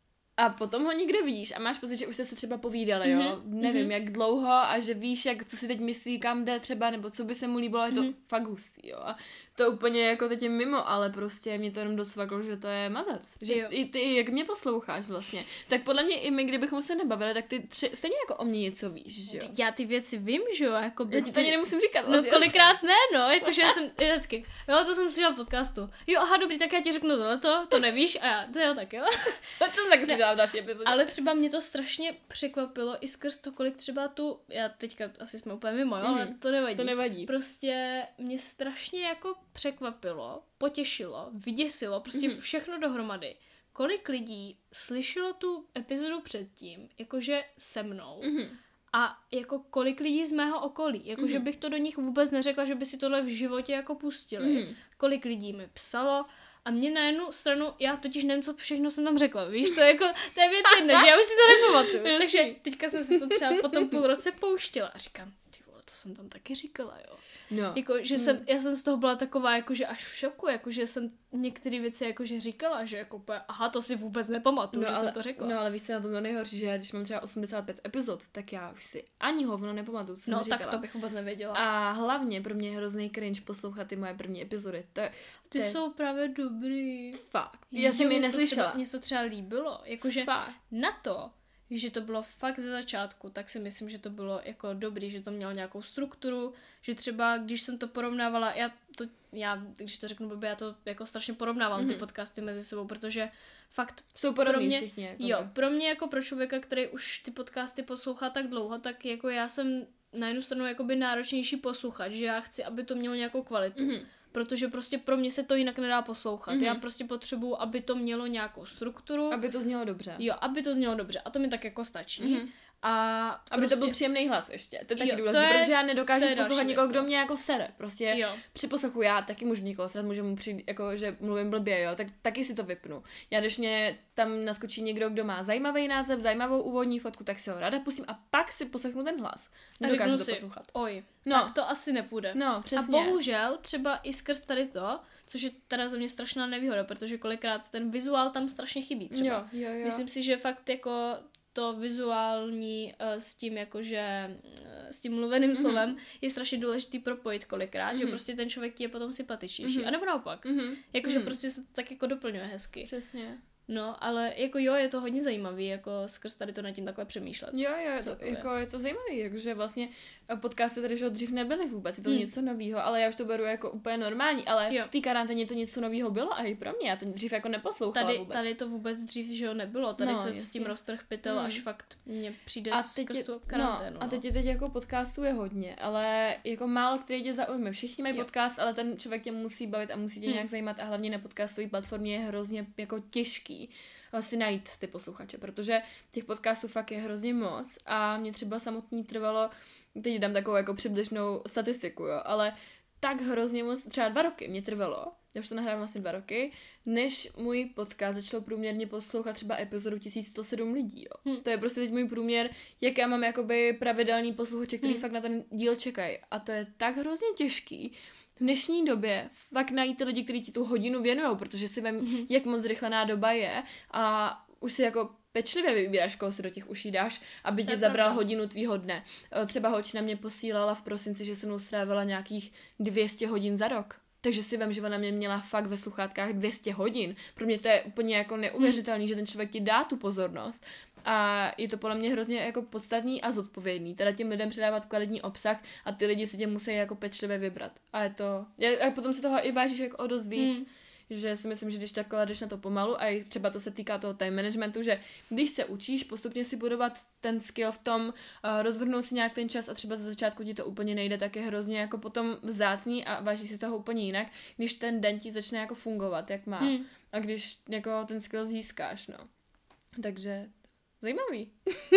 A potom ho někde vidíš a máš pocit, že už jste se třeba povídali, jo, Mm-hmm. nevím, jak dlouho a že víš, jak, co si teď myslí, kam jde třeba, nebo co by se mu líbilo, je to Mm-hmm. fakt hustý, jo. A to úplně jako teď je mimo, ale prostě mě to jenom docvaklo, že to je mazec. Že Jo. i ty, jak mě posloucháš vlastně, tak podle mě i my, kdybychom se nebavili, tak ty tři, stejně jako o mě něco víš, že jo. Já ty věci vím, že jo, jako Já ti to ani nemusím říkat. No Vlastně. kolikrát ne, no, jakože já jsem vždycky, jo, to jsem slyšela v podcastu. Jo, aha, dobrý, tak já ti řeknu tohleto, to nevíš a já, to jo, tak jo. To jsem taky slyšela v další epizodě. Ale třeba mě to strašně překvapilo i skrz to, kolik třeba tu, já teďka asi jsme úplně mimo, jo, mm, ale to nevadí. To nevadí. Prostě mě strašně jako překvapilo, potěšilo, vyděsilo, prostě Mhm. všechno dohromady. Kolik lidí slyšelo tu epizodu předtím, jakože se mnou, Mhm. a jako kolik lidí z mého okolí, jakože Mhm. bych to do nich vůbec neřekla, že by si tohle v životě jako pustili. Mhm. Kolik lidí mi psalo a mě na jednu stranu, já totiž nevím, co všechno jsem tam řekla, víš, to je jako, to je věc jedna, že já už si to nepamatuju. Takže teďka jsem si to třeba po tom půl roce pouštěla a říkám, ty vole, to jsem tam taky říkala, jo. No. Jako, že Hmm. jsem, já jsem z toho byla taková, jakože až v šoku, jakože jsem některé věci jakože říkala, že jako úplně, aha, to si vůbec nepamatuju, No, že ale, jsem to řekla. no ale víš, co je na tom to nejhorší, že já, když mám třeba osmdesát pět epizod, tak já už si ani hovno nepamatuju, co jsem No, říkala. tak to bych vůbec nevěděla. A hlavně pro mě je hrozný cringe poslouchat ty moje první epizody. To, Ty to je jsou právě dobrý. fakt. Já jsem je Mně se to neslyšela. třeba- Mně se to třeba líbilo, jakože Fakt. na to, že to bylo fakt ze začátku, tak si myslím, že to bylo jako dobrý, že to mělo nějakou strukturu, že třeba, když jsem to porovnávala, já to, já, když to řeknu blbě, já to jako strašně porovnávám mm-hmm. ty podcasty mezi sebou, protože fakt Jsou pro podobní mě, všichni. Jako jo, pro mě jako pro člověka, který už ty podcasty poslouchá tak dlouho, tak jako já jsem na jednu stranu jakoby náročnější posluchač, že já chci, aby to mělo nějakou kvalitu. Mm-hmm. Protože prostě pro mě se to jinak nedá poslouchat. Mhm. Já prostě potřebuju, aby to mělo nějakou strukturu. Aby to znělo dobře. Jo, aby to znělo dobře. A to mi tak jako stačí. Mhm. A Aby prostě, to byl příjemný hlas ještě. To je taky Jo, to důležité, je- protože já nedokážu to je poslouchat další někoho, věc, kdo no. mě jako sere. Prostě Jo. při poslechu já taky můžu někoho srat, může mu přijít, jako, že mluvím blbě, jo, tak taky si to vypnu. Já když mě tam naskočí někdo, kdo má zajímavý název, zajímavou úvodní fotku, tak si ho ráda pustím a pak si poslechnu ten hlas. A Nedokážu řeknu to si, poslouchat. oj, No. tak to asi nepůjde. No, přesně. A bohužel třeba i skrz tady to, což je teda za mě strašná nevýhoda, protože kolikrát ten vizuál tam strašně chybí třeba. Jo, jo, jo. Myslím si, že fakt jako to vizuální uh, s tím jakože uh, s tím mluveným Mhm. slovem je strašně důležitý propojit kolikrát, že Mhm. prostě ten člověk ti je potom sympatičnější. Mhm. A nebo naopak. Mhm. Jakože Mhm. prostě se to tak jako doplňuje hezky. Přesně. No, ale jako jo, je to hodně zajímavý, jako skrz tady to nad tím takhle přemýšlet. Jo, jo, je to, Celkově. jako, je to zajímavé, jakože vlastně podcasty tady že dřív nebyly vůbec, je to Hmm. něco nového, ale já už to beru jako úplně normální, ale Jo. v té karanténě to něco nového bylo a i pro mě, já to dřív jako neposlouchala Tady, vůbec. tady to vůbec dřív, že jo, nebylo. Tady No, se jasně. s tím roztrh pytel, Hmm. až fakt mně přijde A teď, skrz je, tu karanténu. no, a teď je teď jako podcastů je hodně, ale jako málo který tě zaujme. Všichni mají Jo. podcast, ale ten člověk tě musí bavit a musí tě Hmm. nějak zajímat a hlavně na podcastové platformě je hrozně jako těžký vlastně najít ty posluchače, protože těch podcastů fakt je hrozně moc a mě třeba samotný trvalo, teď dám takovou jako přibližnou statistiku, jo, ale tak hrozně moc, třeba dva roky mě trvalo, já už to nahrávám vlastně dva roky, než můj podcast začalo průměrně poslouchat třeba epizodu tisíc sto sedm lidí, jo. Hmm. To je prostě teď můj průměr, jak já mám jakoby pravidelný posluchače, který Hmm. fakt na ten díl čekají. A to je tak hrozně těžký v dnešní době fakt najít ty lidi, kteří ti tu hodinu věnují, protože si vím, Mhm. jak moc zrychlená doba je a už si jako pečlivě vybíráš, koho si do těch uší dáš, aby To ti je zabral pravda. hodinu tvýho dne. E, Třeba holčina mě posílala v prosinci, že se mnou strávila nějakých dvě stě hodin za rok. Takže si vím, že ona mě měla fakt ve sluchátkách dvě stě hodin. Pro mě to je úplně jako neuvěřitelný, že ten člověk ti dá tu pozornost. A je to podle mě hrozně jako podstatný a zodpovědný. Teda těm lidem předávat kvalitní obsah a ty lidi si tě musí jako pečlivě vybrat. A je to... A potom se toho i vážíš jako o dost víc. Hmm. Že si myslím, že když takhle jdeš na to pomalu a i třeba to se týká toho time managementu, že když se učíš postupně si budovat ten skill v tom, uh, rozvrhnout si nějak ten čas a třeba za začátku ti to úplně nejde, tak je hrozně jako potom vzácný a váží si toho úplně jinak, když ten den ti začne jako fungovat, jak má. Hmm. A když jako ten skill získáš, no. Takže zajímavý.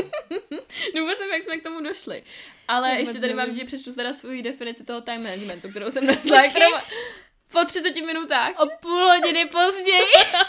No vůbec nevím, jak jsme k tomu došli. Ale Vůbec ještě tady mám, nevím. že přečtu teda svoji definici toho time managementu, kterou jsem našla. Počkej. Kterou... Po třiceti minutách. O půl hodiny později.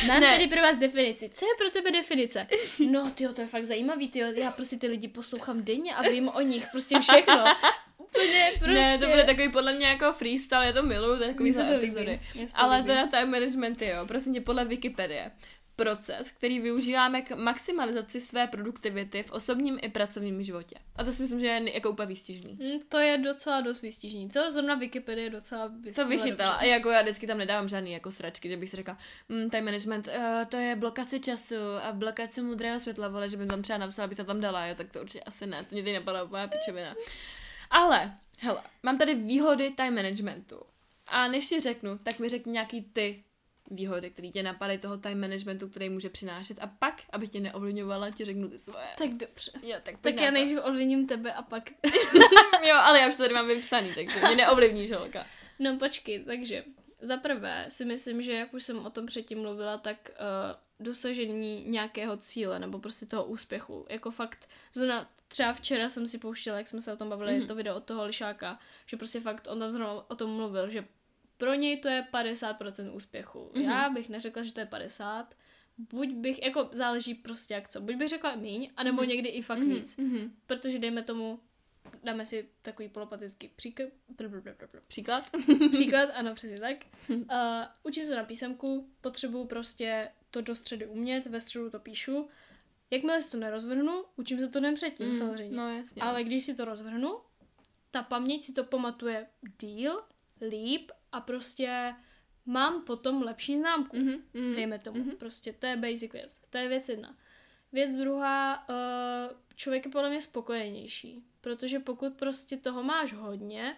Mám Ne. tady pro vás definici. Co je pro tebe definice? No, tyjo, to je fakt zajímavý, tyjo. Já prostě ty lidi poslouchám denně a vím o nich prostě všechno. Úplně prostě. Ne, to bude takový podle mě jako freestyle, já to miluju, takový se to epizody. líbí. Ale teda time management, jo, prosím tě, podle Wikipedie. Proces, který využíváme k maximalizaci své produktivity v osobním i pracovním životě. A to si myslím, že je jako úplně výstižný. Hm, to je docela dost výstižný. To zrovna Wikipedie je docela výstižný. To vychytala. A jako já vždycky tam nedávám žádný jako sračky, že bych si řekla, mm, time management, uh, to je blokace času a blokace modrého světla, vole, že bych tam třeba napsala, abych to tam dala, jo, tak to určitě asi ne, to mě tady napadá úplně pičovina. Ale, hele, mám tady výhody time managementu. A než ti řeknu, tak mi řekni nějaký ty výhody, které tě napadají toho time managementu, který může přinášet. A pak, abych tě neovlivňovala, ti řeknu ty svoje. Tak dobře. Jo, tak Tak já nejdřív ovlivním tebe a pak... Jo, ale já už to tady mám vypsaný, takže mě neovlivníš, holka. No počkej, takže za prvé si myslím, že jak už jsem o tom předtím mluvila, tak uh, dosažení nějakého cíle nebo prostě toho úspěchu. Jako fakt, zrovna třeba včera jsem si pouštěla, jak jsme se o tom bavili, mm-hmm. to video od toho Lišáka, že prostě fakt on tam zrovna o tom mluvil, že pro něj to je padesát procent úspěchu. Mm-hmm. Já bych neřekla, že to je padesát. Buď bych, jako záleží prostě jak co. Buď bych řekla míň, anebo mm-hmm. někdy i fakt mm-hmm. víc. Mm-hmm. Protože dejme tomu, dáme si takový polopatický příklad. Příklad? Příklad, ano, přesně tak. Uh, učím se na písemku, potřebuju prostě to do středy umět, ve středu to píšu. Jakmile si to nerozvrhnu, učím se to den předtím, mm, samozřejmě. No, jasně. Ale když si to rozvrhnu, ta paměť si to pamatuje díl, líp a prostě mám potom lepší známku. Mm-hmm, mm, dejme tomu. Mm-hmm. Prostě to je basic věc. To je věc jedna. Věc druhá, uh, člověk je podle mě spokojenější. Protože pokud prostě toho máš hodně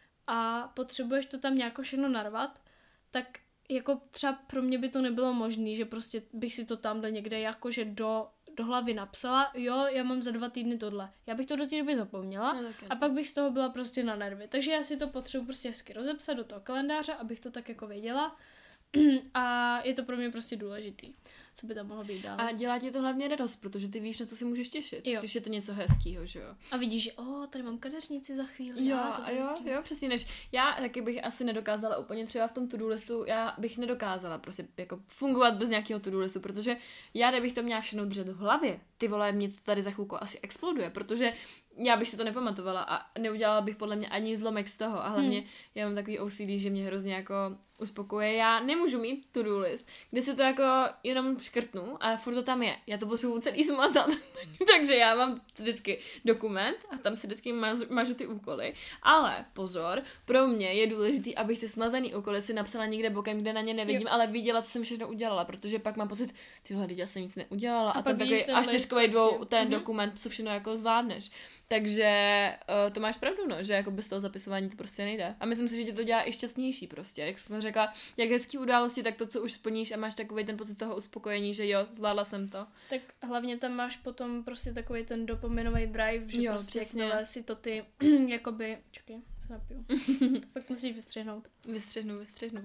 a potřebuješ to tam nějak všechno narvat, tak jako třeba pro mě by to nebylo možné, že prostě bych si to tamhle někde jakože do, do hlavy napsala, jo, já mám za dva týdny tohle. Já bych to do té doby zapomněla no, a pak bych z toho byla prostě na nervy. Takže já si to potřebuji prostě hezky rozepsat do toho kalendáře, abych to tak jako věděla a je to pro mě prostě důležitý. Co by tam mohlo být dál. A dělá ti to hlavně radost, protože ty víš, na co si můžeš těšit, jo. Když je to něco hezkýho, že jo. A vidíš, že o, tady mám kadeřnici za chvíli. Jo, a jo, jo, přesně, než já taky bych asi nedokázala úplně třeba v tom to-do listu, já bych nedokázala prostě jako fungovat bez nějakého to-do listu, protože já, kdybych to měla všechno držet v hlavě, ty vole, mě to tady za chvilku asi exploduje, protože já bych si to nepamatovala a neudělala bych podle mě ani zlomek z toho a hlavně hmm. já mám takový O C D, že mě hrozně jako uspokuje. Já nemůžu mít to-do list, kde si to jako jenom škrtnu a furt to tam je. Já to potřebuji celý smazat. Takže já mám vždycky dokument a tam si vždycky mažu, mažu ty úkoly. Ale pozor, pro mě je důležitý, abych ty smazaný úkoly si napsala někde bokem, kde na ně nevidím, jo. ale viděla, co jsem všechno udělala, protože pak mám pocit, tyhle, já jsem nic neudělala a, a ten takový až čtyřkovej dvou ten mm-hmm. dokument, co všechno jako zvládneš. Takže uh, to máš pravdu, no, že jako bez toho zapisování to prostě nejde. A myslím si, že tě to dělá i šťastnější prostě. Jak jsem řekla, jak hezký události, tak to, co už splníš a máš takový ten pocit toho uspokojení, že jo, zvládla jsem to. Tak hlavně tam máš potom prostě takový ten dopaminový drive, že jo, prostě jakmile si to ty, jakoby, čekaj, se napiju. Pak musíš vystřihnout. Vystřihnu, vystřihnu.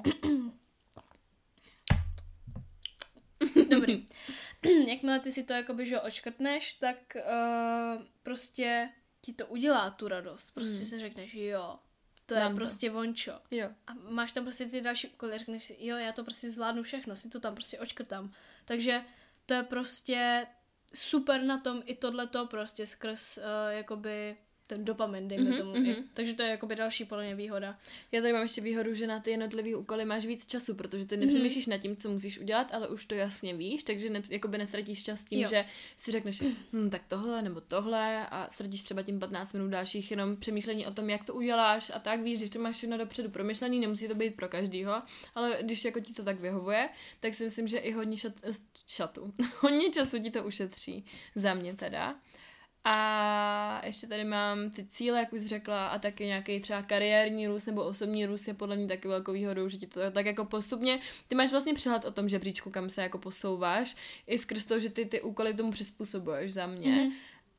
Dobrý. Jakmile ty si to jakoby, že odškrtneš, tak uh, prostě ti to udělá tu radost. Prostě mm. si řekneš, jo, to Mám je prostě to. vončo. Jo. A máš tam prostě ty další úkoly, řekneš si, jo, já to prostě zvládnu všechno, si to tam prostě odškrtám. Takže to je prostě super na tom i tohleto prostě skrz uh, jakoby ten dopamin, dejme mm-hmm, tomu. Mm-hmm. Takže to je jakoby další podle mě výhoda. Já tady mám ještě výhodu, že na ty jednotlivé úkoly máš víc času, protože ty nepřemýšlíš mm-hmm. nad tím, co musíš udělat, ale už to jasně víš, takže ne, jakoby nestratíš čas tím, jo. že si řekneš, hm, tak tohle nebo tohle a ztratíš třeba tím patnáct minut dalších jenom přemýšlení o tom, jak to uděláš a tak víš, když to máš všechno dopředu promyšlený, nemusí to být pro každýho, ale když jako ti to tak vyhovuje, tak si myslím, že i hodně šat, šatu, hodně času ti to ušetří, za mě teda. A ještě tady mám ty cíle, jak už řekla, a taky nějaký třeba kariérní růst nebo osobní růst je podle mě taky velkou výhodou, že ti to tak jako postupně, ty máš vlastně přehled o tom žebříčku, kam se jako posouváš, i skrz to, že ty ty úkoly tomu přizpůsobuješ za mě. Mm-hmm.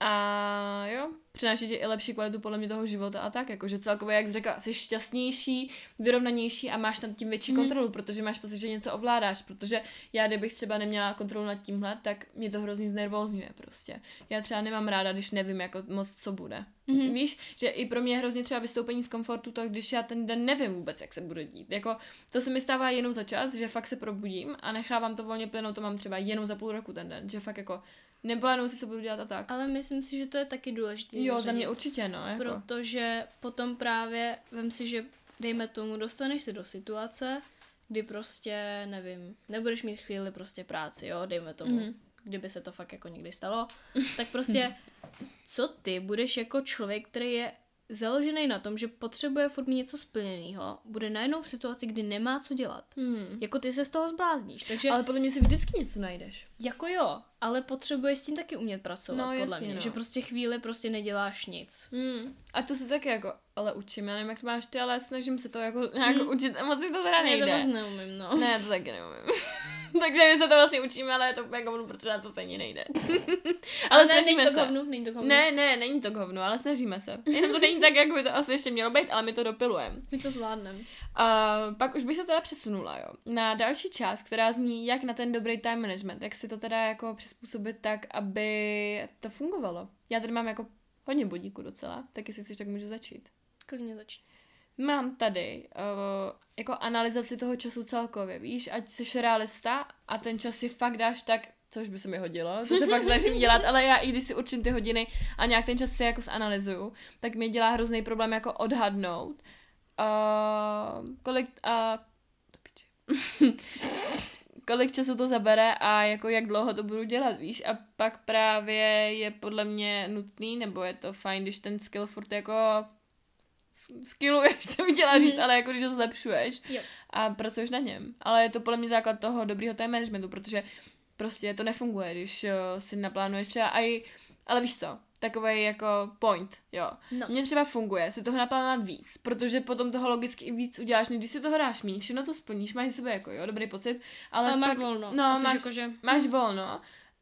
A jo, přináší ti i lepší kvalitu podle mě toho života a tak, jakože celkově, jak jsi řekla, jsi šťastnější, vyrovnanější a máš nad tím větší mm. kontrolu, protože máš pocit, že něco ovládáš, protože já, kdybych třeba neměla kontrolu nad tímhle, tak mě to hrozně znervózňuje prostě. Já třeba nemám ráda, když nevím jako moc, co bude. Mm. Víš, že i pro mě je hrozně třeba vystoupení z komfortu to, když já ten den nevím vůbec, jak se bude dít. Jako, to se mi stává jenom za čas, že fakt se probudím a nechávám to volně plynout, to mám třeba jenom za půl roku ten den, že fakt jako neplánuju si, co budu dělat a tak. Ale myslím si, že to je taky důležité. Jo, zařadit. Za mě určitě, no. Jako. Protože potom právě, vem si, že dejme tomu, dostaneš se do situace, kdy prostě, nevím, nebudeš mít chvíli prostě práci, jo, dejme tomu, mm-hmm. kdyby se to fakt jako někdy stalo, tak prostě, co ty budeš jako člověk, který je založený na tom, že potřebuje furt mít něco splněného, bude najednou v situaci, kdy nemá co dělat. Hmm. Jako ty se z toho zblázníš. Takže, ale podle mě si vždycky něco najdeš. Jako jo, ale potřebuješ s tím taky umět pracovat, no, podle jasně, mě. No. Že prostě chvíli prostě neděláš nic. Hmm. A to se taky jako, ale učím. Já nevím, jak máš ty, ale snažím se to jako nějak hmm. učit a moc si to teda nejde. Já to neumím, no. Ne, to taky neumím. Takže my se to vlastně učíme, ale je to jako hovnu, protože to stejně nejde. ale ale ne, není to k hovnu, není to k hovnu. Ne, ne, není to k hovnu, ale snažíme se. Jenom to není tak, jak by to asi ještě mělo být, ale my to dopilujeme. My to zvládneme. A pak už bych se teda přesunula, jo. Na další část, která zní jak na ten dobrý time management, jak si to teda jako přizpůsobit tak, aby to fungovalo. Já tady mám jako hodně bodíku docela, tak jestli chceš, tak můžu začít. Klidně začni. Mám tady uh, jako analyzaci toho času celkově, víš, ať jsi realista a ten čas si fakt dáš tak, což by se mi hodilo, to se fakt snažím dělat, ale já i když si určím ty hodiny a nějak ten čas si jako zanalyzuju, tak mi dělá hrozný problém jako odhadnout, uh, kolik, uh, kolik času to zabere a jako jak dlouho to budu dělat, víš, a pak právě je podle mě nutný, nebo je to fajn, když ten skill furt jako skilluješ, jsem chtěla říct, mm. ale jako když ho zlepšuješ jo. a pracuješ na něm. Ale je to podle mě základ toho dobrýho time managementu, protože prostě to nefunguje, když jo, si naplánuješ třeba aj, ale víš co, takovej jako point, jo. No. Mně třeba funguje si toho naplánovat víc, protože potom toho logicky i víc uděláš, než když si toho dáš míň, všechno to splníš, máš sebe jako jo, dobrý pocit, ale, ale máš pak, volno. No, máš, jako, že... máš volno.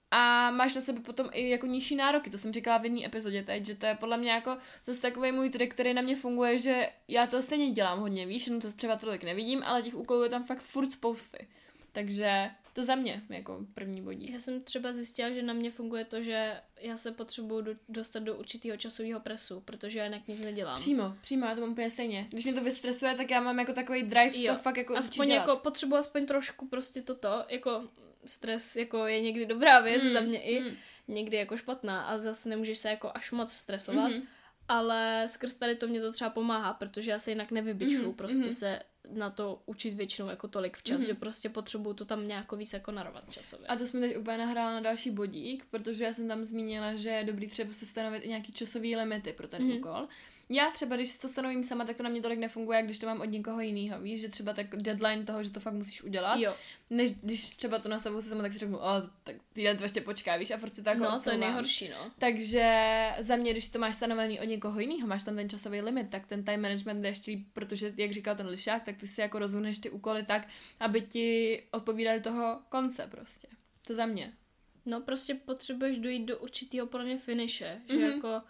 A máš na sebe potom i jako nižší nároky, to jsem říkala v jedné epizodě teď, že to je podle mě jako zase takový můj trik, který na mě funguje, že já to stejně dělám hodně, víš, jenom to třeba tolik nevidím, ale těch úkolů je tam fakt furt spousty. Takže to za mě jako první bodí. Já jsem třeba zjistila, že na mě funguje to, že já se potřebuju do, dostat do určitého časového presu, protože já jinak nic nedělám. Přímo, přímo, já to mám úplně stejně. Když mě to vystresuje, tak já mám jako takový drive jo. to fakt jako aspoň jako potřebuji aspoň trošku prostě toto, jako stres jako je někdy dobrá věc, mm, za mě i mm. někdy jako špatná, ale zase nemůžeš se jako až moc stresovat, mm. ale skrz tady to mě to třeba pomáhá, protože já se jinak nevybičuju, mm. prostě mm. se na to učit většinou jako tolik včas, mm. že prostě potřebuju to tam nějak víc jako narovat časově. A to jsme teď úplně nahrála na další bodík, protože já jsem tam zmínila, že je dobrý třeba se stanovit i nějaký časový limity pro ten mm. úkol. Já třeba, když to stanovím sama, tak to na mě tolik nefunguje, jak když to mám od někoho jiného. Víš, že třeba tak deadline toho, že to fakt musíš udělat. Jo. Než když třeba to nastavuju se sama, tak si řeknu, o, tak týden to ještě počká, víš, a furt si to jako no, odsouvám. to je nejhorší, no. Takže za mě, když to máš stanovený od někoho jiného, máš tam ten časový limit, tak ten time management je ještě líp, protože, jak říkal ten lišák, tak ty si jako rozvrhneš ty úkoly tak, aby ti odpovídali toho konce prostě. To za mě. No, prostě potřebuješ dojít do určitého podle mě finiše, že mm-hmm. jako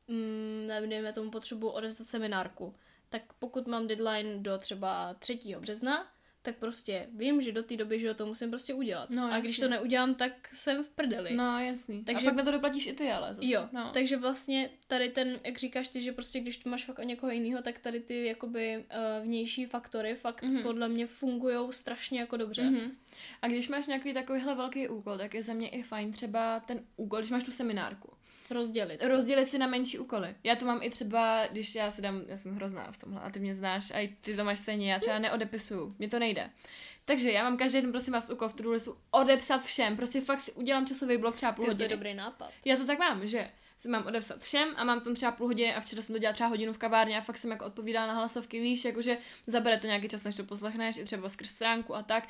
Mm, nevím, tomu potřebuji odevzdat seminárku. Tak pokud mám deadline do třeba třetího března, tak prostě vím, že do té doby, že to musím prostě udělat. No, a když to neudělám, tak jsem v prdeli. No, jasný. Takže a pak na to doplatíš i ty, ale zase. Jo, no. Takže vlastně tady ten, jak říkáš ty, že prostě když to máš fakt o někoho jiného, tak tady ty jakoby uh, vnější faktory fakt mm-hmm. podle mě fungujou strašně jako dobře. Mm-hmm. A když máš nějaký takovýhle velký úkol, tak je za mě i fajn třeba ten úkol, když máš tu seminárku. Rozdělit. Rozdělit si na menší úkoly. Já to mám i třeba, když já si dám, já jsem hrozná v tomhle a ty mě znáš a ty to máš stejně, já třeba neodepisuju, mně to nejde. Takže já mám každý den, prosím vás, úkol v to-do listu odepsat všem, prostě fakt si udělám časový blok třeba půl hodiny. To je dobrý nápad. Já to tak mám, že si mám odepsat všem a mám tam třeba půl hodiny a včera jsem to dělala třeba hodinu v kavárně a fakt jsem jako odpovídala na hlasovky, víš, jakože zabere to nějaký čas, než to poslechneš, i třeba skrz stránku a tak.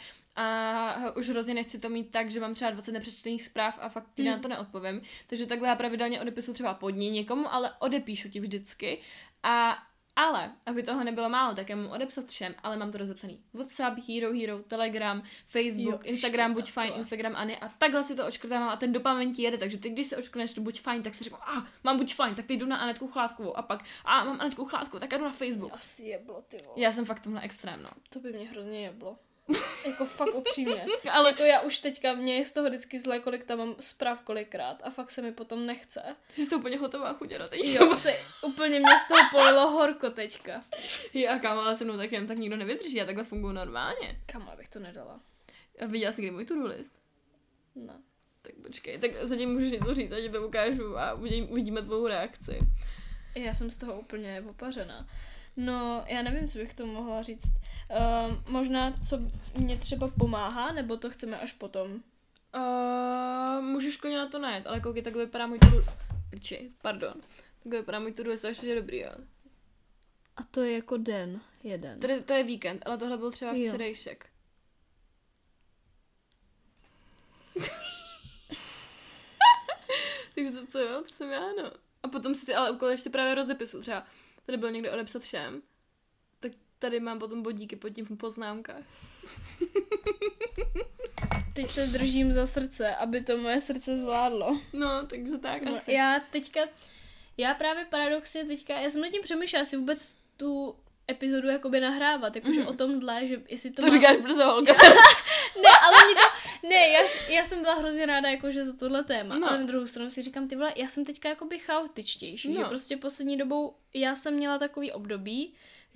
A už hrozně nechci to mít tak, že mám třeba dvacet nepřečtených zpráv a fakt ty hmm. na to neodpovím. Takže takhle já pravidelně odepisuju třeba pod ní někomu, ale odepíšu ti vždycky a Ale, aby toho nebylo málo, tak já mám odepsat všem, ale mám to rozepsaný. WhatsApp, Hero Hero, Telegram, Facebook, jo, Instagram, buď fajn, Instagram Any a takhle si to očkrtávám a ten dopamin ti jede, takže ty, když se očkrtneš to buď fajn, tak si řeknu, a ah, mám buď fajn, tak teď jdu na Anetku Chládkovou a pak, a ah, mám Anetku Chládkovou, tak jdu na Facebook. Asi jeblo, ty vole. Já jsem fakt tomhle extrém, no. To by mě hrozně jeblo. Jako fakt upřímně. Ale jako já už teďka, mě je z toho vždycky zlé, kolik tam mám zpráv kolikrát a fakt se mi potom nechce. Jsi to úplně hotová chuděra teď. Jo, se, úplně mě z toho polilo horko teďka. Jo, a kámo, ale se mnou tak jen tak nikdo nevydrží, já takhle funguji normálně. Kam abych to nedala? A viděla jsi kdy můj to-do list? Ne. Tak počkej, tak zatím můžeš něco říct, já ti to ukážu a uvidíme tvou reakci. Já jsem z toho úplně opařená. No, já nevím, co bych to mohla říct. Uh, možná, co mě třeba pomáhá, nebo to chceme až potom? Uh, můžeš klidně na to najet, ale koukej, takhle vypadá můj to-do... Piči, pardon. Takhle vypadá můj to-do list, to ještě dobrý, jo. A to je jako den, jeden. Tady, to je víkend, ale tohle byl třeba Jo. včerejšek. Takže to co jo, to jsem já, no. A potom si ty ale úkoly ještě právě rozepisu, třeba tady byl někdo odepsat všem, tak tady mám potom bodíky pod tím v poznámkách. Teď se držím za srdce, aby to moje srdce zvládlo. No, takže tak No, asi. já teďka, já právě paradoxně teďka, já jsem nad tím přemýšlela, jestli vůbec tu epizodu jakoby nahrávat, jakože Mhm. o tomhle, že jestli to To má... říkáš brzo, holka. Ne, ale mě to, ne, já, já jsem byla hrozně ráda jakože za tohle téma, No. ale na druhou stranu si říkám, ty vole, já jsem teďka jakoby chaotičtější, No. že prostě poslední dobou já jsem měla takový období,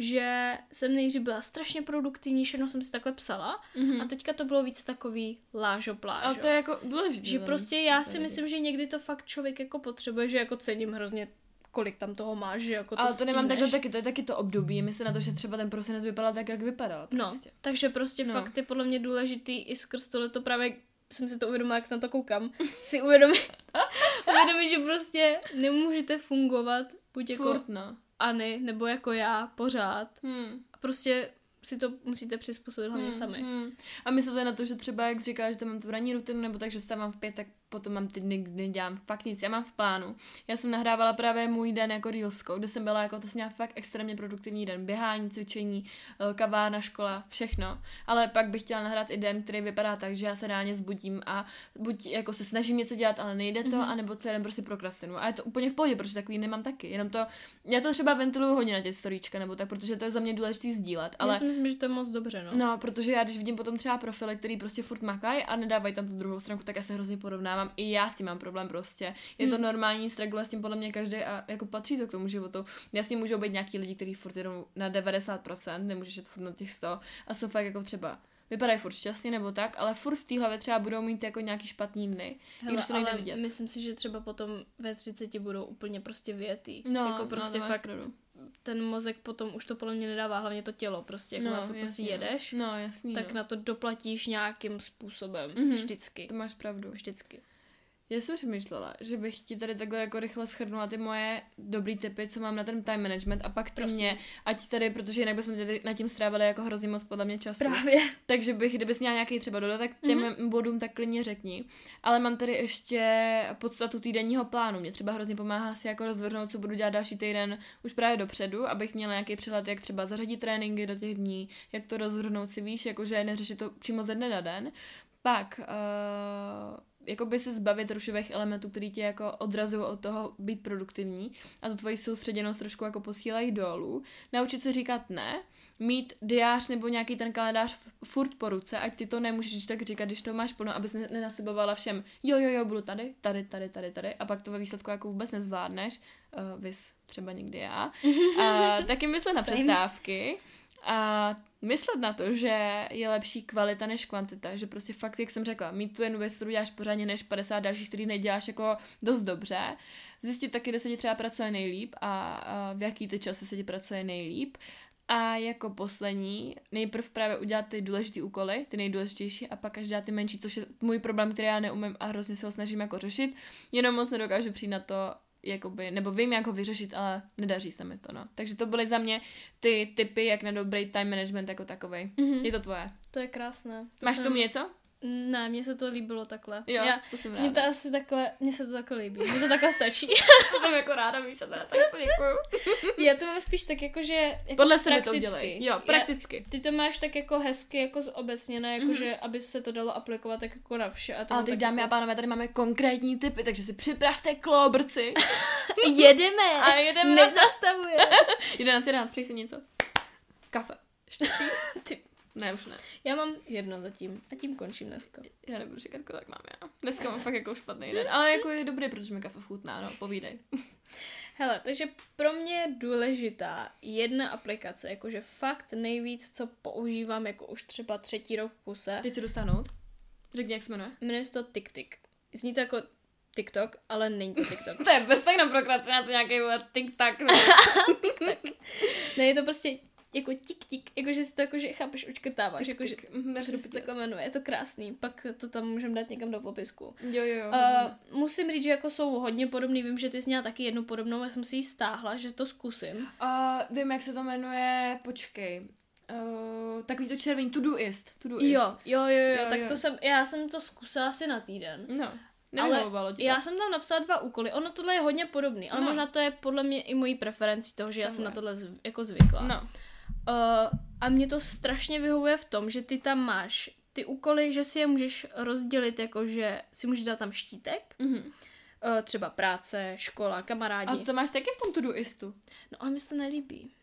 že jsem nejdřív byla strašně produktivní, všechno jsem si takhle psala Mhm. a teďka to bylo víc takový lážo plážo. Ale to je jako důležité. Že tam. prostě já si tady. myslím, že někdy to fakt člověk jako potřebuje, že jako cením hrozně, kolik tam toho máš, že jako to Ale to nemám stíneš. takhle taky, to je taky to období, myslím na to, že třeba ten prosinec vypadal tak, jak vypadal. No, Prostě. takže prostě No. fakt je podle mě důležitý i skrz tohleto právě jsem si to uvědomila, jak na to koukám, si uvědomit, uvědomit, že prostě nemůžete fungovat buď jako Furt, no. Ani, nebo jako já, pořád. Hmm. A prostě si to musíte přizpůsobit hlavně Hmm, sami. hmm. A myslíte na to, že třeba, jak jsi říkala, že tam mám tu ranní rutinu, nebo tak, že stávám v pět, tak potom mám ty dny, kdy nedělám fakt nic. Já mám v plánu. Já jsem nahrávala právě můj den jako reelsko, kde jsem byla jako, to jsem měla fakt extrémně produktivní den. Běhání, cvičení, kavárna, škola, všechno. Ale pak bych chtěla nahrát i den, který vypadá tak, že já se reálně zbudím a buď jako se snažím něco dělat, ale nejde to, Mhm. anebo celý den prostě prokrastinuju. A je to úplně v pohodě, protože takový nemám taky. Jenom to, já to třeba ventiluju hodně na těch storíčka, nebo tak, protože to je za mě důležité sdílet. Ale Já si myslím, že to je moc dobře, no. No, protože já když vidím potom třeba profily, který prostě furt makají a nedávají tam tu druhou stránku, tak já se hrozně porovnávám. I já si mám problém prostě. Je to Hmm. normální, struggle s tím podle mě každý a jako patří to k tomu životu. Jasně můžou být nějaký lidi, kteří furt jedou na devadesát procent, nemůžeš jít furt na těch sto a jsou fakt jako třeba vypadají furt šťastně nebo tak, ale furt v té hlavě třeba budou mít jako nějaký špatný dny, Hele, i když to nejde ale vidět. myslím si, že třeba potom ve třiceti budou úplně prostě vyjetý. No, jako prostě no, to máš fakt pravdu. ten mozek potom už to podle mě nedává, hlavně to tělo prostě, jak No, no, fakt prostě jasně, no. jedeš, No, jasný, tak no. na to doplatíš nějakým způsobem. Mhm. Vždycky. To máš pravdu. Vždycky. Já jsem přemýšlela, že bych ti tady takhle jako rychle shrnula ty moje dobrý tipy, co mám na ten time management a pak ty Prosím. mě, ať tady, protože jinak bychom tady nad tím strávili jako hrozně moc podle mě času. Právě. Takže bych, kdybys měla nějaký třeba dodatek k těm Mhm. mm-hmm. bodům, tak klidně řekni. Ale mám tady ještě podstatu týdenního plánu. Mě třeba hrozně pomáhá si jako rozvrhnout, co budu dělat další týden už právě dopředu, abych měla nějaký přehled, jak třeba zařadit tréninky do těch dní, jak to rozvrhnout si, víš, jakože neřešit to přímo ze dne na den. Pak uh, jakoby se zbavit rušivých elementů, který tě jako odrazují od toho být produktivní a tu tvoji soustředěnost trošku jako posílají dolů. Naučit se říkat ne, mít diář nebo nějaký ten kalendář f- furt po ruce, ať ty to nemůžeš tak říkat, když to máš plno, abys ne- nenaslibovala všem, jo, jo, jo, budu tady, tady, tady, tady, tady a pak to ve výsledku jako vůbec nezvládneš, uh, vys třeba někdy já. A taky myslet na Same. přestávky a myslet na to, že je lepší kvalita než kvantita, že prostě fakt, jak jsem řekla, mít tu jednu věc, kterou děláš pořádně než padesát dalších, který neděláš jako dost dobře, zjistit taky, kde se ti třeba pracuje nejlíp a, a v jaký ty časy se ti pracuje nejlíp. A jako poslední, nejprv právě udělat ty důležité úkoly, ty nejdůležitější, a pak až dělat ty menší, což je můj problém, který já neumím a hrozně se ho snažím jako řešit, jenom moc nedokážu přijít na to, jakoby, nebo vím, jak ho vyřešit, ale nedaří se mi to, no. Takže to byly za mě ty tipy, jak na dobrý time management jako takovej. Mhm. Je to tvoje. To je krásné. To Máš jsem... tomu něco? Ne, mně se to líbilo takhle. Jo, Já, to jsem Mně ráda. to asi takhle, mně se to takhle líbí. Mně to takhle stačí. To jsem jako ráda, víš, teda, tak to děkuju. Já to mám spíš tak jako, že jako Podle sebe to prakticky. udělej. Jo, prakticky. Já, ty to máš tak jako hezky jako zobecněné, jako Mhm. že aby se to dalo aplikovat tak jako na vše. A to Ale tak teď, dámy a jako... pánové, tady máme konkrétní tipy, takže si připravte klóbrci. jedeme, A jedeme na to. nezastavujeme. jedenáct jedenáct, přij si něco. Kafe. Čtvrtý? Ty. Ne, už ne. Já mám jedno zatím a tím končím dneska. Já nebudu říkat, kolik mám já. Dneska mám fakt jako špatný den, ale jako je dobrý, protože mi kafe chutná, no, povídej. Hele, takže pro mě je důležitá jedna aplikace, jakože fakt nejvíc, co používám jako už třeba třetí rok v kuse. Teď si dostanout. Řekni, jak se jmenuje. Jmenuje se to TikTok. Zní to jako TikTok, ale není to TikTok. To je bez tak na prokrastinaci nějaký tik-tak. Ne, je to prostě jako tik-tik, jakože si to jakože, chápeš, očkrtáváš, Tik, jakože tik. Mhm, prostě se to prostě. takhle jmenuje, je to krásný, pak to tam můžeme dát někam do popisku. Jo, jo, jo. Uh, musím říct, že jako jsou hodně podobný, vím, že ty jsi měla taky jednu podobnou, já jsem si ji stáhla, že to zkusím. Uh, vím, jak se to jmenuje, počkej. Uh, takový to červený, to-doist. To-doist. Jo, jo, jo, jo, Jo, tak jo. to jsem, já jsem to zkusila asi na týden. No, Ale nevyhovovalo ti to. já jsem tam napsala dva úkoly, ono tohle je hodně podobný, ale No. možná to je podle mě i mojí preferencí toho, že já Tohle. jsem na tohle zv, jako zvykla. No. Uh, a mě to strašně vyhovuje v tom, že ty tam máš ty úkoly, že si je můžeš rozdělit, jako že si můžeš dát tam štítek, Mhm. uh, třeba práce, škola, kamarádi. A to máš taky v tom to-doistu. No ale mi se to nelíbí.